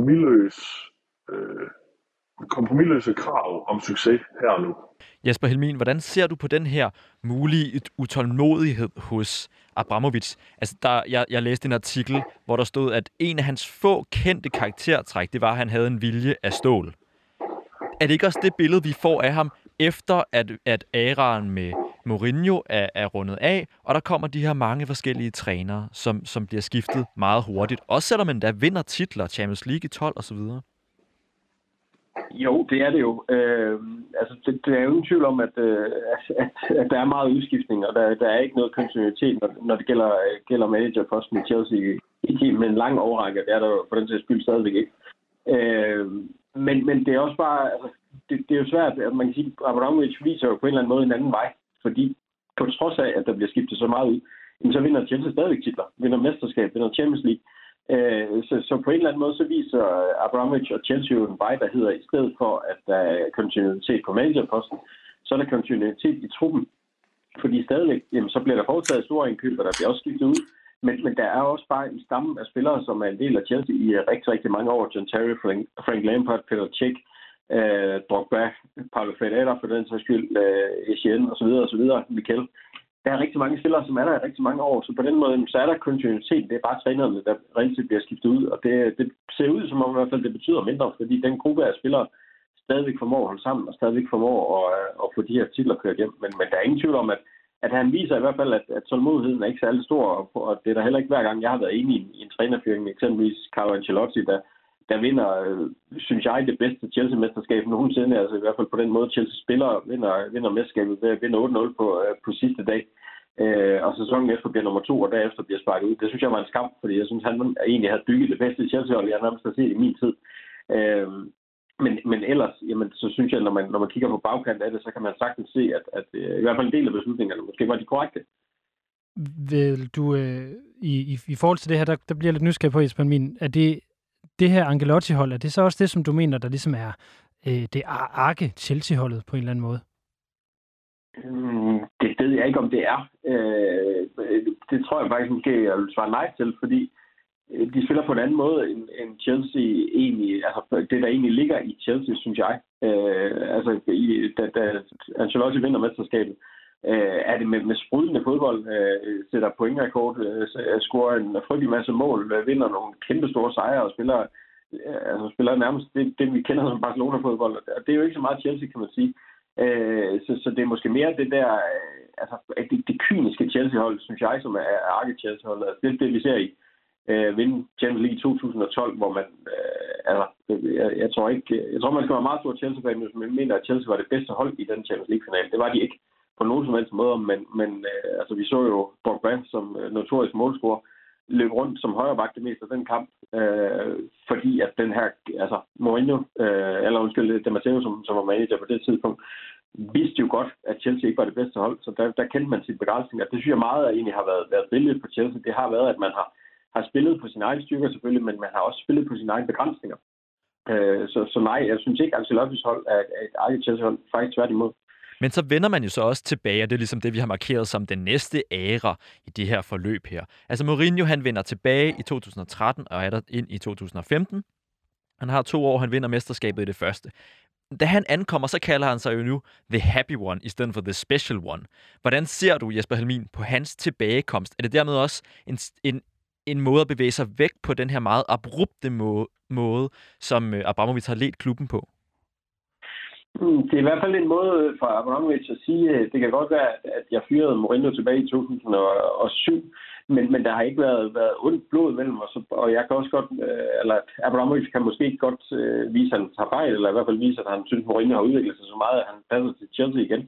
Speaker 6: kompromisløse krav om succes her og nu.
Speaker 1: Jesper Helmin, hvordan ser du på den her mulige utålmodighed hos Abramovich? Altså, jeg læste en artikel, hvor der stod, at en af hans få kendte karaktertræk, det var, at han havde en vilje af stål. Er det ikke også det billede, vi får af ham, efter at æraen med Mourinho er rundet af, og der kommer de her mange forskellige trænere, som bliver skiftet meget hurtigt, også selvom man da vinder titler, Champions League i 12 osv.?
Speaker 5: Jo, det er det jo. Det er jo ingen tvivl om, at der er meget udskiftning, og der er ikke noget kontinuitet, når det gælder managerposten i Chelsea. Ikke med en lang overrække, det er der jo for den sags skyld stadigvæk ikke. Men det er også bare, det er jo svært, at man kan sige, at Abramovich viser jo på en eller anden måde en anden vej, fordi på trods af, at der bliver skiftet så meget ud, så vinder Chelsea stadigvæk titler, vinder mesterskab, vinder Champions League. Så på en eller anden måde, så viser Abramovich og Chelsea en vej, der hedder, i stedet for, at der er kontinuitet på managerposten, så er der kontinuitet i truppen. Fordi stadigvæk, så bliver der foretaget store indkøb, og der bliver også skiftet ud. Men der er også bare en stamme af spillere, som er en del af Chelsea i rigtig, rigtig mange år. John Terry, Frank Lampard, Peter Cech, Drogba, Paulo Ferreira for den sags skyld, Etienne osv., Mikel. Der er rigtig mange spillere, som er der i rigtig mange år, så på den måde, så er der kontinuitet. Det er bare trænerne, der rent bliver skiftet ud, og det ser ud som om i hvert fald, det betyder mindre, fordi den gruppe af spillere stadigvæk formår at holde sammen, og stadigvæk formår at få de her titler kørt hjem. Men der er ingen tvivl om, at han viser i hvert fald, at tålmodigheden er ikke særlig stor, og det er der heller ikke hver gang, jeg har været enig i en trænerfyring, eksempelvis Carlo Ancelotti, der vinder, synes jeg, det bedste Chelsea-mesterskab nogensinde, altså i hvert fald på den måde, Chelsea spiller vinder mesterskabet ved at vinde 8-0 på sidste dag. Og sæsonen efter bliver nummer 2, og derefter bliver sparket ud. Det synes jeg var en skam, fordi jeg synes, han egentlig havde bygget det bedste Chelsea-hold, jeg nærmest har set i min tid. Men ellers, jamen, så synes jeg, når man kigger på bagkant af det, så kan man sagtens se, at i hvert fald en del af beslutningerne måske var de korrekte.
Speaker 2: Vil du, i forhold til det her, der bliver jeg lidt nysgerrig på, Jesper Min, er det her Ancelotti-hold, er det så også det, som du mener, der ligesom er det arke Chelsea-holdet på en eller anden måde?
Speaker 5: Det ved jeg ikke, om det er. Det tror jeg faktisk måske, jeg vil svare nej til, fordi de spiller på en anden måde end Chelsea egentlig, altså det der egentlig ligger i Chelsea, synes jeg. Da Ancelotti vinder mesterskabet, er det med sprudlende fodbold, sætter pointrekord, scorer en frygtelig masse mål, vinder nogle kæmpe store sejre og spiller nærmest det vi kender som Barcelona-fodbold. Og det er jo ikke så meget Chelsea, kan man sige. Så det er måske mere det der, det kyniske Chelsea-hold, synes jeg, som er arke-Chelsea-holdet. Altså, det er det, vi ser i vinde Champions League i 2012, hvor man, jeg tror, man skal være meget stor Chelsea-fan, hvis man mener, at Chelsea var det bedste hold i den Champions League-finale. Det var de ikke på nogen som helst måde, men vi så jo Pogba som notorisk målscorer løb rundt som højreback det meste af den kamp, fordi at den her, Mourinho, De Matteo, som var manager på det tidspunkt, vidste jo godt, at Chelsea ikke var det bedste hold, så der kendte man sine begrænsninger. Det synes jeg meget egentlig har været billedet på Chelsea. Det har været, at man har spillet på sine egne styrker selvfølgelig, men man har også spillet på sine egne begrænsninger. Så nej, jeg synes ikke, at Ancelottis hold er et eget Chelsea-hold, faktisk tværtimod.
Speaker 1: Men så vender man jo så også tilbage, og det er ligesom det, vi har markeret som den næste æra i det her forløb her. Altså Mourinho, han vender tilbage i 2013 og er der ind i 2015. Han har 2 år, han vinder mesterskabet i det første. Da han ankommer, så kalder han sig jo nu The Happy One, i stedet for The Special One. Hvordan ser du, Jesper Helmin, på hans tilbagekomst? Er det dermed også en måde at bevæge sig væk på den her meget abrupte måde, som Abramovich har ledt klubben på?
Speaker 5: Det er i hvert fald en måde fra Abramovich at sige, at det kan godt være, at jeg fyrede Mourinho tilbage i 2007, men der har ikke været ondt blod mellem os, og jeg kan også godt, eller Abramovich kan måske godt vise, at han tager fejl, eller i hvert fald vise, at han synes, at Mourinho har udviklet sig så meget, at han passer til Chelsea igen.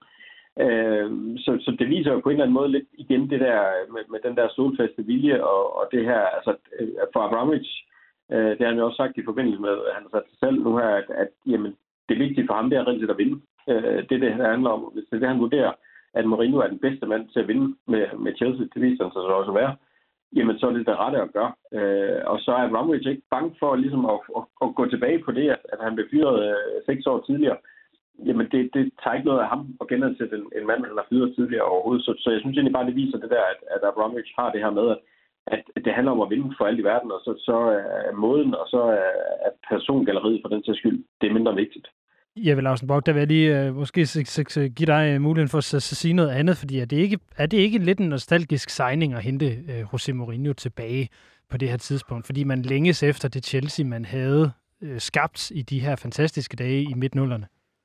Speaker 5: Så det viser jo på en eller anden måde lidt igen det der med den der solfaste vilje, og det her, for Abramovich, det har han jo også sagt i forbindelse med, at han har sat sig selv nu her, at jamen, det vigtige for ham, det er rigtig at vinde. Det handler om, hvis det er det, han vurderer, at Mourinho er den bedste mand til at vinde med Chelsea, det viser han sig så også at være, jamen så er det det rette at gøre. Og så er Abramovich ikke bange for ligesom at gå tilbage på det, at han blev fyret 6 år tidligere. Jamen det tager ikke noget af ham at genansætte en mand, han har fyret tidligere overhovedet. Så jeg synes egentlig bare, det viser det der, at Abramovich har det her med, at det handler om at vinde for alt i verden, og så er måden, og så er persongalleriet for den til skyld, det er mindre vigtigt.
Speaker 2: Jeg vil Lausenborg, der vil jeg lige måske give dig muligheden for at sige noget andet, fordi er det ikke lidt en nostalgisk signing at hente José Mourinho tilbage på det her tidspunkt, fordi man længes efter det Chelsea, man havde skabt i de her fantastiske dage i midt-nullerne?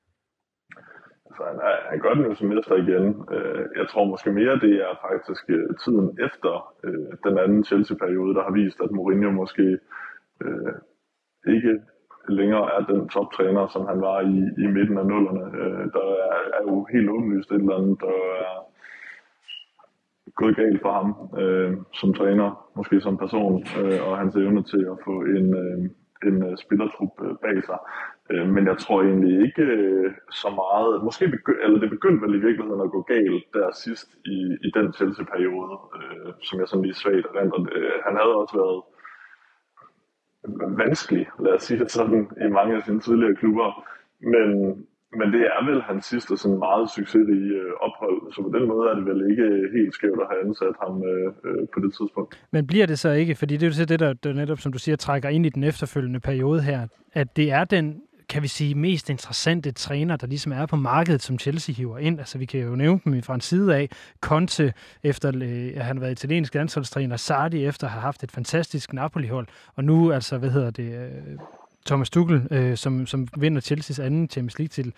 Speaker 6: Han gør den jo som mester igen. Jeg tror måske mere, det er faktisk tiden efter den anden Chelsea-periode, der har vist, at Mourinho måske ikke længere er den toptræner, som han var i midten af nullerne. Der er jo helt åbenlyst et eller andet, der er gået galt for ham som træner, måske som person, og hans evne til at få en spillertrup bag sig. Men jeg tror egentlig ikke så meget, måske det begyndte vel i virkeligheden at gå galt der sidst i den Chelsea-periode, som jeg sådan lige svagt erindrer. Han havde også været vanskelig, lad os sige det sådan, i mange af sine tidligere klubber, men det er vel hans sidste sådan meget succesrige ophold, så på den måde er det vel ikke helt skævt at have ansat ham på det tidspunkt.
Speaker 2: Men bliver det så ikke, fordi det er jo det, der netop, som du siger, trækker ind i den efterfølgende periode her, at det er den, kan vi sige, mest interessante træner, der ligesom er på markedet, som Chelsea hiver ind. Altså, vi kan jo nævne dem fra en side af. Conte, efter at han har været italiensk landsholdstræner, Sarri, efter at have haft et fantastisk Napoli-hold, og nu altså, Thomas Tuchel, som vinder Chelseas anden Champions League-titel.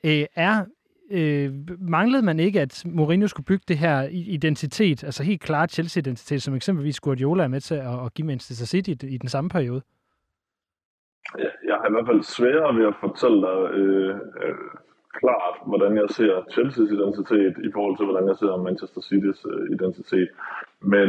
Speaker 2: Manglede man ikke, at Mourinho skulle bygge det her identitet, altså helt klart Chelsea-identitet, som eksempelvis Guardiola er med til at give Manchester City i den samme periode?
Speaker 6: Jeg har i hvert fald sværere ved at fortælle dig klart, hvordan jeg ser Chelseas identitet i forhold til, hvordan jeg ser Manchester City's identitet. Men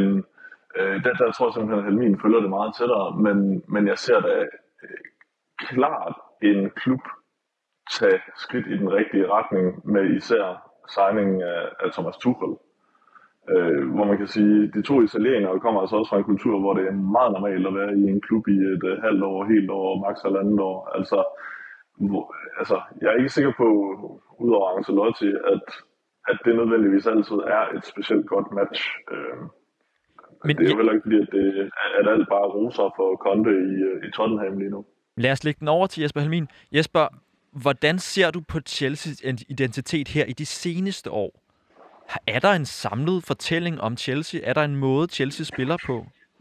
Speaker 6: der tror jeg simpelthen, at Helmin følger det meget tættere. Men jeg ser da klart en klub tage skridt i den rigtige retning med især signingen af Thomas Tuchel. Hvor man kan sige, de to italienere kommer altså også fra en kultur, hvor det er meget normalt at være i en klub i et halvt år, helt år, maks. Halvandet år. Altså, jeg er ikke sikker på, udover Ancelotti, at det nødvendigvis altid er et specielt godt match. Men det er jo heller ikke fordi, at alt bare roser for Conte i Tottenham lige nu.
Speaker 1: Lad os lægge den over til Jesper Helmin. Jesper, hvordan ser du på Chelseas identitet her i de seneste år? Er der en samlet fortælling om Chelsea? Er der en måde, Chelsea spiller på?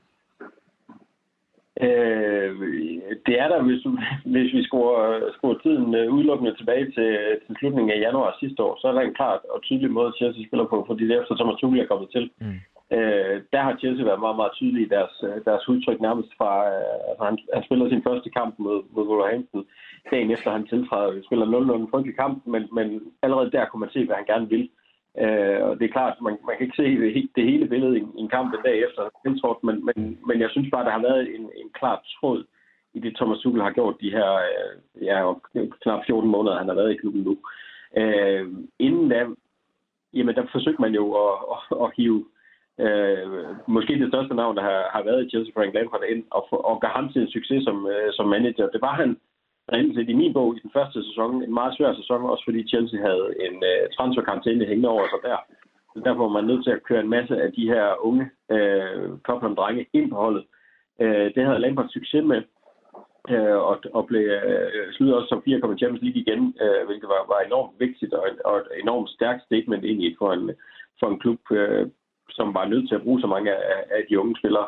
Speaker 5: Det er der, hvis vi skruer tiden udelukkende tilbage til slutningen af januar sidste år, så er der en klart og tydelig måde, Chelsea spiller på, fordi det efter Thomas Tuchel er kommet til. Der har Chelsea været meget, meget tydelig i deres udtryk nærmest fra, han spiller sin første kamp mod Wolverhampton dagen efter han tiltræder. Spiller 0-0 en frygtelig kamp, men allerede der kunne man se, hvad han gerne vil. Og det er klart, man kan ikke se det hele billede i en kamp en dag efter tiltrådt, men jeg synes bare, der har været en klar tråd i det, Thomas Tuchel har gjort de her knap 14 måneder, han har været i klubben nu. Inden da, jamen der forsøgte man jo at hive måske det største navn, der har været i Chelsea, Frank Lampard, ind og gøre ham til en succes som manager. Det var han reelt set i min bog i den første sæson, en meget svær sæson, også fordi Chelsea havde en transferkarantæne hængende over sig der. Så derfor var man nødt til at køre en masse af de her unge Tottenham-drenge ind på holdet. Det havde Lampard succes med, og blev sluttet også som 4 kom i Champions League igen, hvilket var enormt vigtigt og et enormt stærkt statement egentlig for en klub, som var nødt til at bruge så mange af de unge spillere.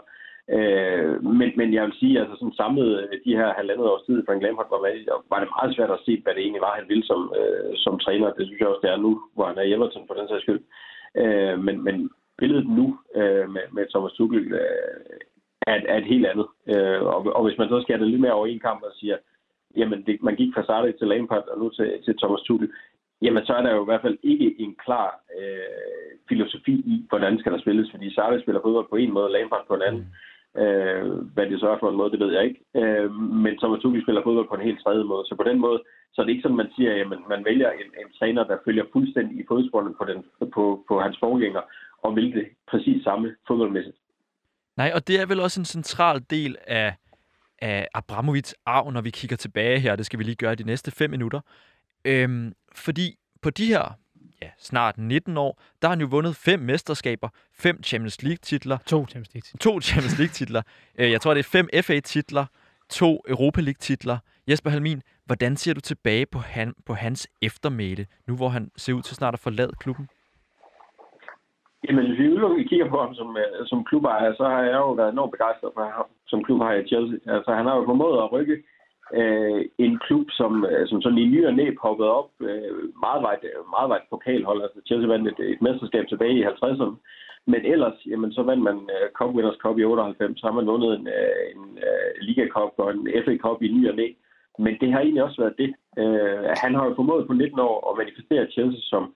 Speaker 5: Men jeg vil sige, altså sådan samlet de her halvandet års tid, Frank Lampard var det meget svært at se, hvad det egentlig var, han ville som træner. Det synes jeg også, det er nu, hvor han er i Everton på den sags skyld. Men billedet nu med Thomas Tuchel er et helt andet. Og hvis man så skærer det lidt mere over en kamp og siger, jamen man gik fra Sarri til Lampard og nu til Thomas Tuchel, jamen så er der jo i hvert fald ikke en klar filosofi i, hvordan skal der spilles, fordi Sarri spiller fodbold på en måde, Lampard på en anden. Hvad det så er for en måde, det ved jeg ikke. Men Thomas Tuchel spiller fodbold på en helt tredje måde. Så på den måde, så er det ikke sådan, man siger, at man vælger en træner, der følger fuldstændig i fodsporene på hans forgænger, og vil det præcis samme fodboldmæssigt.
Speaker 1: Nej, og det er vel også en central del af Abramovics arv, når vi kigger tilbage her. Det skal vi lige gøre de næste 5 minutter. Fordi på de her snart 19 år, der har han jo vundet 5 mesterskaber, 5 Champions League-titler.
Speaker 2: 2 Champions League-titler.
Speaker 1: 2 Champions League-titler. Jeg tror, det er 5 FA-titler, 2 Europa League-titler. Jesper Helmin, hvordan ser du tilbage på hans eftermæle, nu hvor han ser ud til snart at forlade klubben?
Speaker 5: Jamen, hvis vi kigger på ham som klubejer, så har jeg jo været enormt begejstret for ham som klubejer i Chelsea. Altså, han har jo formået at rykke en klub, som sådan i ny og næ poppede op meget vejt pokalhold. Altså Chelsea vandt et mesterskab tilbage i 50'erne. Men ellers, jamen, så vandt man Cup Winners' Cup i 98, så har man vundet en Liga Cup og en FA Cup i ny og næ. Men det har egentlig også været det. Han har jo formået på 19 år at manifestere Chelsea som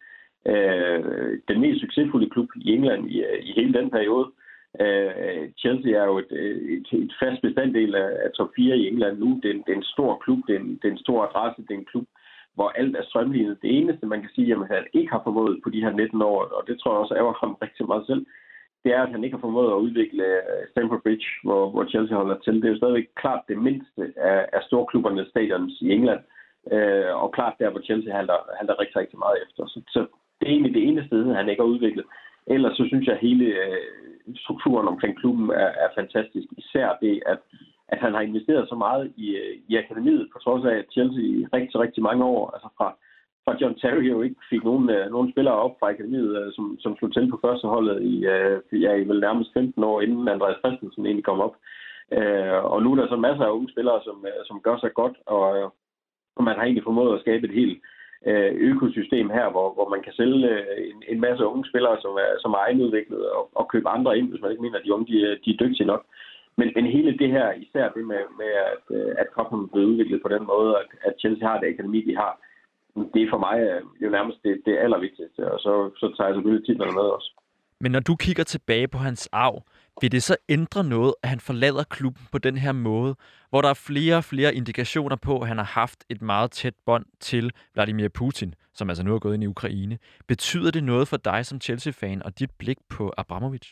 Speaker 5: den mest succesfulde klub i England i hele den periode. Chelsea er jo et fast bestanddel af top 4 i England nu. Det er en stor klub, det er en stor adresse, det er en klub, hvor alt er strømlignet. Det eneste, man kan sige, at han ikke har formået på de her 19 år, og det tror jeg også ærger ham rigtig meget selv, det er, at han ikke har formået at udvikle Stamford Bridge, hvor Chelsea holder til. Det er jo stadigvæk klart det mindste af storklubbernes stadions i England, og klart der, hvor Chelsea halter rigtig, rigtig meget efter. Så det er egentlig det eneste sted, han ikke har udviklet. Ellers så synes jeg, at hele strukturen omkring klubben er fantastisk. Især det, at han har investeret så meget i akademiet, på trods af, at Chelsea i rigtig, rigtig mange år, altså fra John Terry jo ikke fik nogen spillere op fra akademiet, som slog til på førsteholdet i vel nærmest 15 år, inden Andreas Christensen egentlig kom op. Og nu er der så masser af unge spillere, som gør sig godt, og man har egentlig formået at skabe et helt økosystem her, hvor man kan sælge en masse unge spillere, som er egenudviklet, og købe andre ind, hvis man ikke mener, at de unge de er dygtige nok. Men hele det her, især det med at Tottenham er blevet udviklet på den måde, at Chelsea har det akademi, de har, det er for mig jo nærmest det allervigtigste, og så tager jeg selvfølgelig titlerne med også.
Speaker 1: Men når du kigger tilbage på hans arv, Vil det så ændre noget, at han forlader klubben på den her måde, hvor der er flere og flere indikationer på, at han har haft et meget tæt bånd til Vladimir Putin, som altså nu er gået ind i Ukraine? Betyder det noget for dig som Chelsea-fan og dit blik på Abramovich?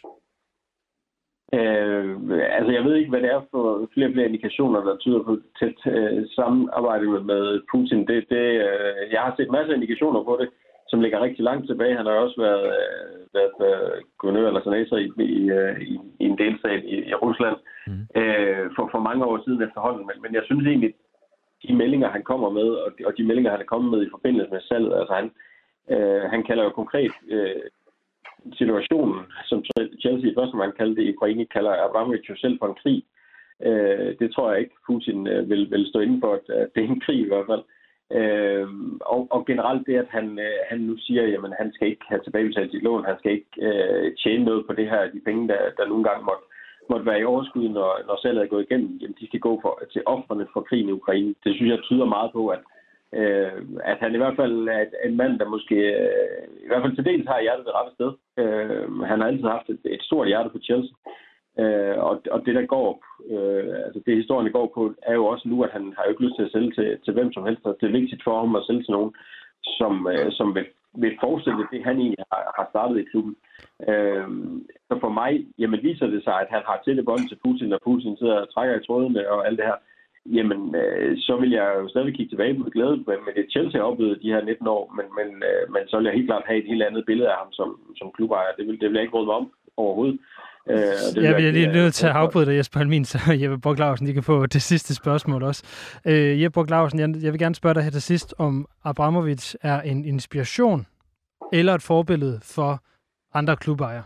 Speaker 5: Altså, jeg ved ikke, hvad det er for flere og flere indikationer, der tyder på tæt samarbejde med Putin. Jeg har set masser af indikationer på det, som ligger rigtig langt tilbage. Han har også været guvernør eller senator i en delstat i Rusland for mange år siden efterhånden. Men jeg synes egentlig, de meldinger, han kommer med, og de meldinger, han er kommet med i forbindelse med salget, altså han kalder jo konkret situationen, som Chelsea i første omgang kaldte det i Ukraine, kalder Abramovich jo selv for en krig. Det tror jeg ikke, Putin vil stå inden for, at det er en krig i hvert fald. Og generelt det, at han nu siger, jamen han skal ikke have tilbagebetalt sit lån, han skal ikke tjene noget på det her, de penge, der nogle gange måtte være i overskud, når salget er gået igennem, jamen de skal gå til ofrene for krigen i Ukraine. Det synes jeg tyder meget på, at han i hvert fald er en mand, der måske i hvert fald til dels har hjertet det rette sted. Han har altid haft et stort hjerte på Chelsea. Og det, der går, altså det historien går på, er jo også nu, at han har jo ikke lyst til at sælge til hvem som helst. Det er vigtigt for ham at sælge til nogen, som vil forestille det, han egentlig har startet i klubben. Så for mig, jamen viser det sig, at han har tætte bånd til Putin, og Putin sidder og trækker i trådene og alt det her. Jamen, så vil jeg jo stadig kigge tilbage med glæde med det Chelsea har oplevet de her 19 år, men så vil jeg helt klart have et helt andet billede af ham som klubejer. Det vil jeg ikke råde mig om overhovedet.
Speaker 2: Jeg bliver lige nødt til at afbryde dig, Jesper Halmin, så Jeppe Bock Lausen, de kan få det sidste spørgsmål også. Jeppe Bock Lausen, jeg vil gerne spørge dig her til sidst, om Abramovich er en inspiration eller et forbillede for andre klubejere?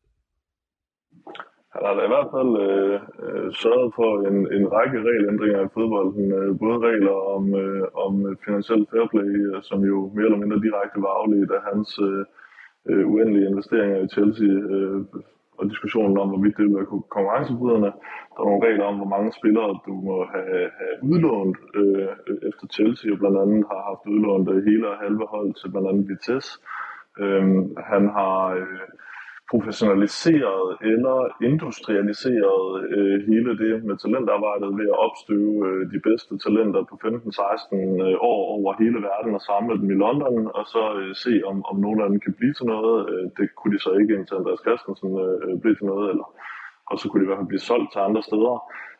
Speaker 6: Han har da i hvert fald sørget for en række regelændringer i fodbolden. Både regler om finansiel fair play, som jo mere eller mindre direkte var afledt af hans uendelige investeringer i Chelsea, og diskussionen om, hvorvidt det vil være konkurrencebryderne. Der er nogle regler om, hvor mange spillere du må have udlånt efter Chelsea, og blandt andet har haft udlånt hele og halve hold til blandt andet Vitesse. Han har professionaliseret eller industrialiseret hele det med talentarbejdet ved at opstøve de bedste talenter på 15-16 år over hele verden og samle dem i London, og så se, om nogen af dem kan blive til noget. Det kunne de så ikke, indtil Andreas Christensen blev til noget, og så kunne de i hvert fald blive solgt til andre steder.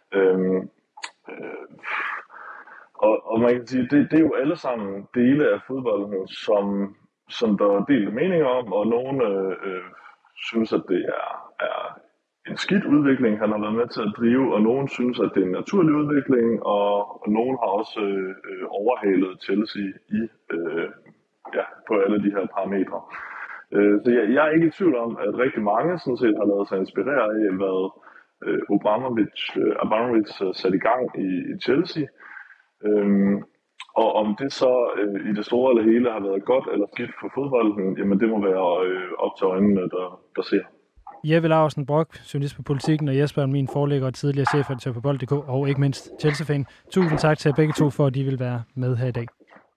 Speaker 6: Og man kan sige, det er jo alle sammen dele af fodbolden, som der er delt meninger om, og nogen synes, at det er en skidt udvikling, han har været med til at drive, og nogen synes, at det er en naturlig udvikling, og nogen har også overhalet Chelsea på alle de her parametre. Så jeg er ikke i tvivl om, at rigtig mange sådan set har lavet sig inspirere af, hvad Abramovich satte i gang i Chelsea. Og om det så i det store eller hele har været godt eller skidt for fodbolden, jamen det må være op til øjnene, der ser.
Speaker 2: Jeppe Lausen Brock, journalist på Politikken, og Jesper Halmin, forlægger og tidligere chefredaktør på Bold.dk, og ikke mindst Chelsea-fan. Tusind tak til jer begge to for, at de vil være med her i dag.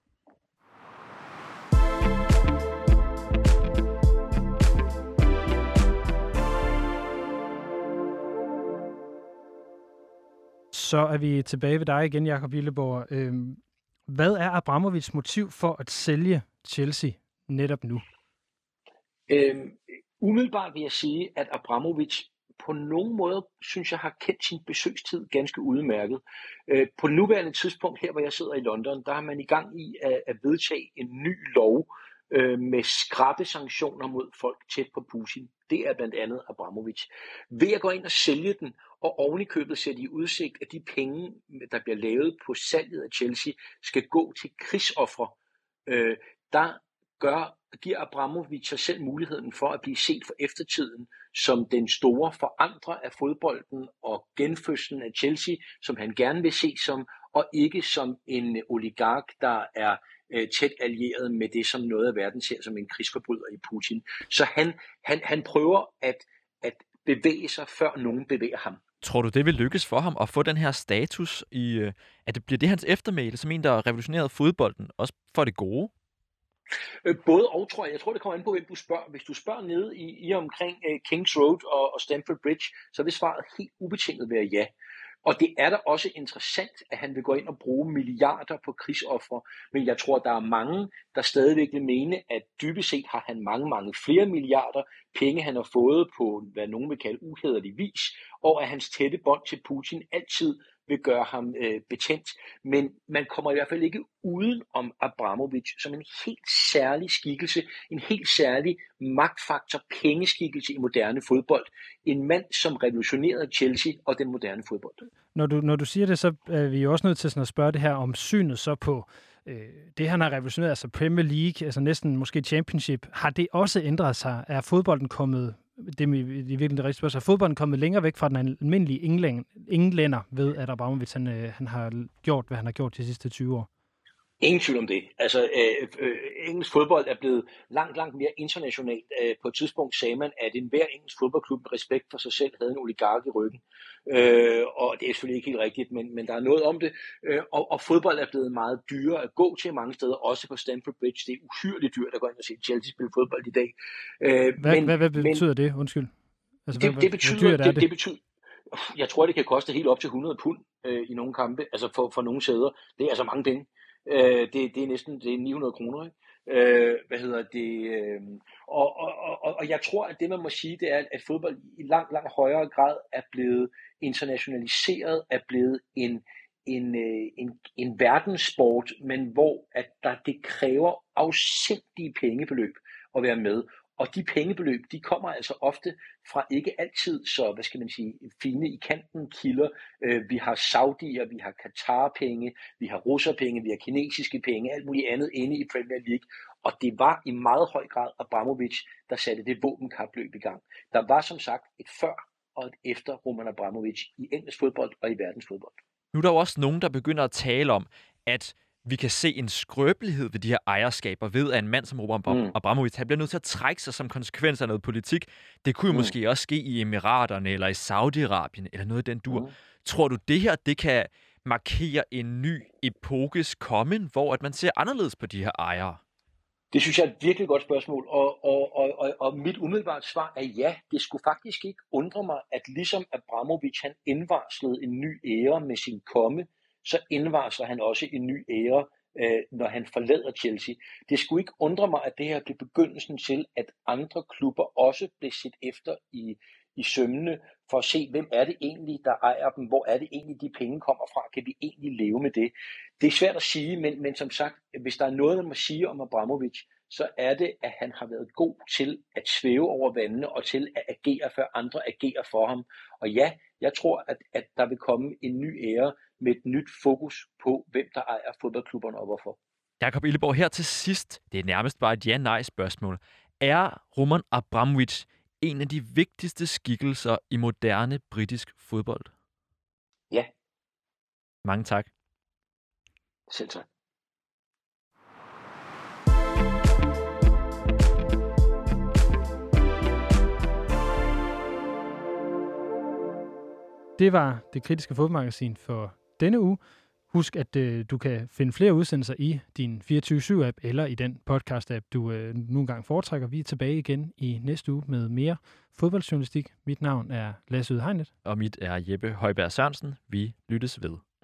Speaker 2: Så er vi tilbage ved dig igen, Jakob Lilleborg. Hvad er Abramovichs motiv for at sælge Chelsea netop nu?
Speaker 4: Umiddelbart vil jeg sige, at Abramovich på nogen måde, synes jeg, har kendt sin besøgstid ganske udmærket. På nuværende tidspunkt, her hvor jeg sidder i London, der er man i gang i at vedtage en ny lov med skrappe sanktioner mod folk tæt på Putin. Det er blandt andet Abramovich. Ved at gå ind og sælge den, og oven i købet sætte i udsigt, at de penge, der bliver lavet på salget af Chelsea, skal gå til krigsofre, giver Abramovich sig selv muligheden for at blive set for eftertiden som den store forandrer af fodbolden og genfødslen af Chelsea, som han gerne vil se som, og ikke som en oligark, der er tæt allieret med det, som noget af verden ser som en krigsforbryder i Putin. Så han prøver at bevæge sig, før nogen bevæger ham.
Speaker 1: Tror du, det vil lykkes for ham at få den her status i, at det bliver det hans eftermæle som en, der revolutionerede fodbolden, også for det gode?
Speaker 4: Både og, tror jeg. Jeg tror, det kommer an på, hvem du spørger. Hvis du spørger nede i omkring Kings Road og Stamford Bridge, så vil svaret helt ubetinget være ja. Og det er da også interessant, at han vil gå ind og bruge milliarder på krigsofre. Men jeg tror, der er mange, der stadigvæk vil mene, at dybest set har han mange flere milliarder penge, han har fået på, hvad nogen vil kalde uhæderlig vis, og at hans tætte bånd til Putin altid vil gøre ham betændt. Men man kommer i hvert fald ikke uden om Abramovich som en helt særlig skikkelse, en helt særlig magtfaktor, pengeskikkelse i moderne fodbold. En mand, som revolutionerede Chelsea og den moderne fodbold.
Speaker 2: Når du siger det, så er vi jo også nødt til sådan at spørge det her om synet så på det, han har revolutioneret, altså Premier League, altså næsten måske Championship. Har det også ændret sig? Er fodbolden kommet, det er virkelig det rigtige spørgsmål, er fodbolden kommet længere væk fra den almindelige englænder ved, at Abramovich han har gjort, hvad han har gjort de sidste 20 år?
Speaker 4: Ingen tvivl om det. Altså, engelsk fodbold er blevet langt mere internationalt. På et tidspunkt sagde man, at enhver engelsk fodboldklub med respekt for sig selv havde en oligark i ryggen. Og det er selvfølgelig ikke helt rigtigt, men der er noget om det. Og fodbold er blevet meget dyrere at gå til mange steder, også på Stamford Bridge. Det er uhyreligt dyrt at gå ind og se Chelsea spille fodbold i dag.
Speaker 2: Hvad betyder det? Undskyld. Altså,
Speaker 4: det betyder, jeg tror, det kan koste helt op til 100 pund i nogle kampe, altså for nogle sæder. Det er altså mange penge. Det er næsten 900 kroner, ikke? Og jeg tror, at det man må sige, det er, at fodbold i langt højere grad er blevet internationaliseret, er blevet en verdenssport, men hvor at det kræver afsindige pengebeløb at være med. Og de pengebeløb, de kommer altså ofte fra ikke altid så, fine i kanten kilder. Vi har saudier, vi har Katar-penge, vi har russerpenge, vi har kinesiske penge, alt muligt andet inde i Premier League. Og det var i meget høj grad Abramovich, der satte det våbenkapløb i gang. Der var som sagt et før og et efter Roman Abramovich i engelsk fodbold og i verdensfodbold.
Speaker 1: Nu er der jo også nogen, der begynder at tale om, at vi kan se en skrøbelighed ved de her ejerskaber, ved at en mand som Roman Abramovich, han bliver nødt til at trække sig som konsekvens af noget politik. Det kunne jo måske også ske i Emiraterne, eller i Saudi-Arabien, eller noget af den dur. Tror du, det her, det kan markere en ny epokes kommen, hvor at man ser anderledes på de her ejere?
Speaker 4: Det synes jeg er et virkelig godt spørgsmål, og mit umiddelbart svar er ja. Det skulle faktisk ikke undre mig, at ligesom Abramovich, han indvarslede en ny æra med sin komme, så indvarsler han også en ny æra, når han forlader Chelsea. Det skulle ikke undre mig, at det her blev begyndelsen til, at andre klubber også blev set efter i sømmene, for at se, hvem er det egentlig, der ejer dem, hvor er det egentlig, de penge kommer fra, kan vi egentlig leve med det? Det er svært at sige, men som sagt, hvis der er noget, man må sige om Abramovich, så er det, at han har været god til at svæve over vandene og til at agere, før andre agerer for ham. Og ja, jeg tror, at der vil komme en ny æra med et nyt fokus på, hvem der ejer fodboldklubberne og hvorfor.
Speaker 1: Jakob Illeborg, her til sidst, det er nærmest bare et ja-nej-spørgsmål. Er Roman Abramovich en af de vigtigste skikkelser i moderne britisk fodbold?
Speaker 4: Ja.
Speaker 1: Mange tak.
Speaker 4: Selv tak.
Speaker 2: Det var Det Kritiske Fodboldmagasin for denne uge. Husk, at du kan finde flere udsendelser i din 24/7-app eller i den podcast-app, du nu engang foretrækker. Vi er tilbage igen i næste uge med mere fodboldjournalistik. Mit navn er Lasse Udhegnet.
Speaker 1: Og mit er Jeppe Højberg Sørensen. Vi lyttes ved.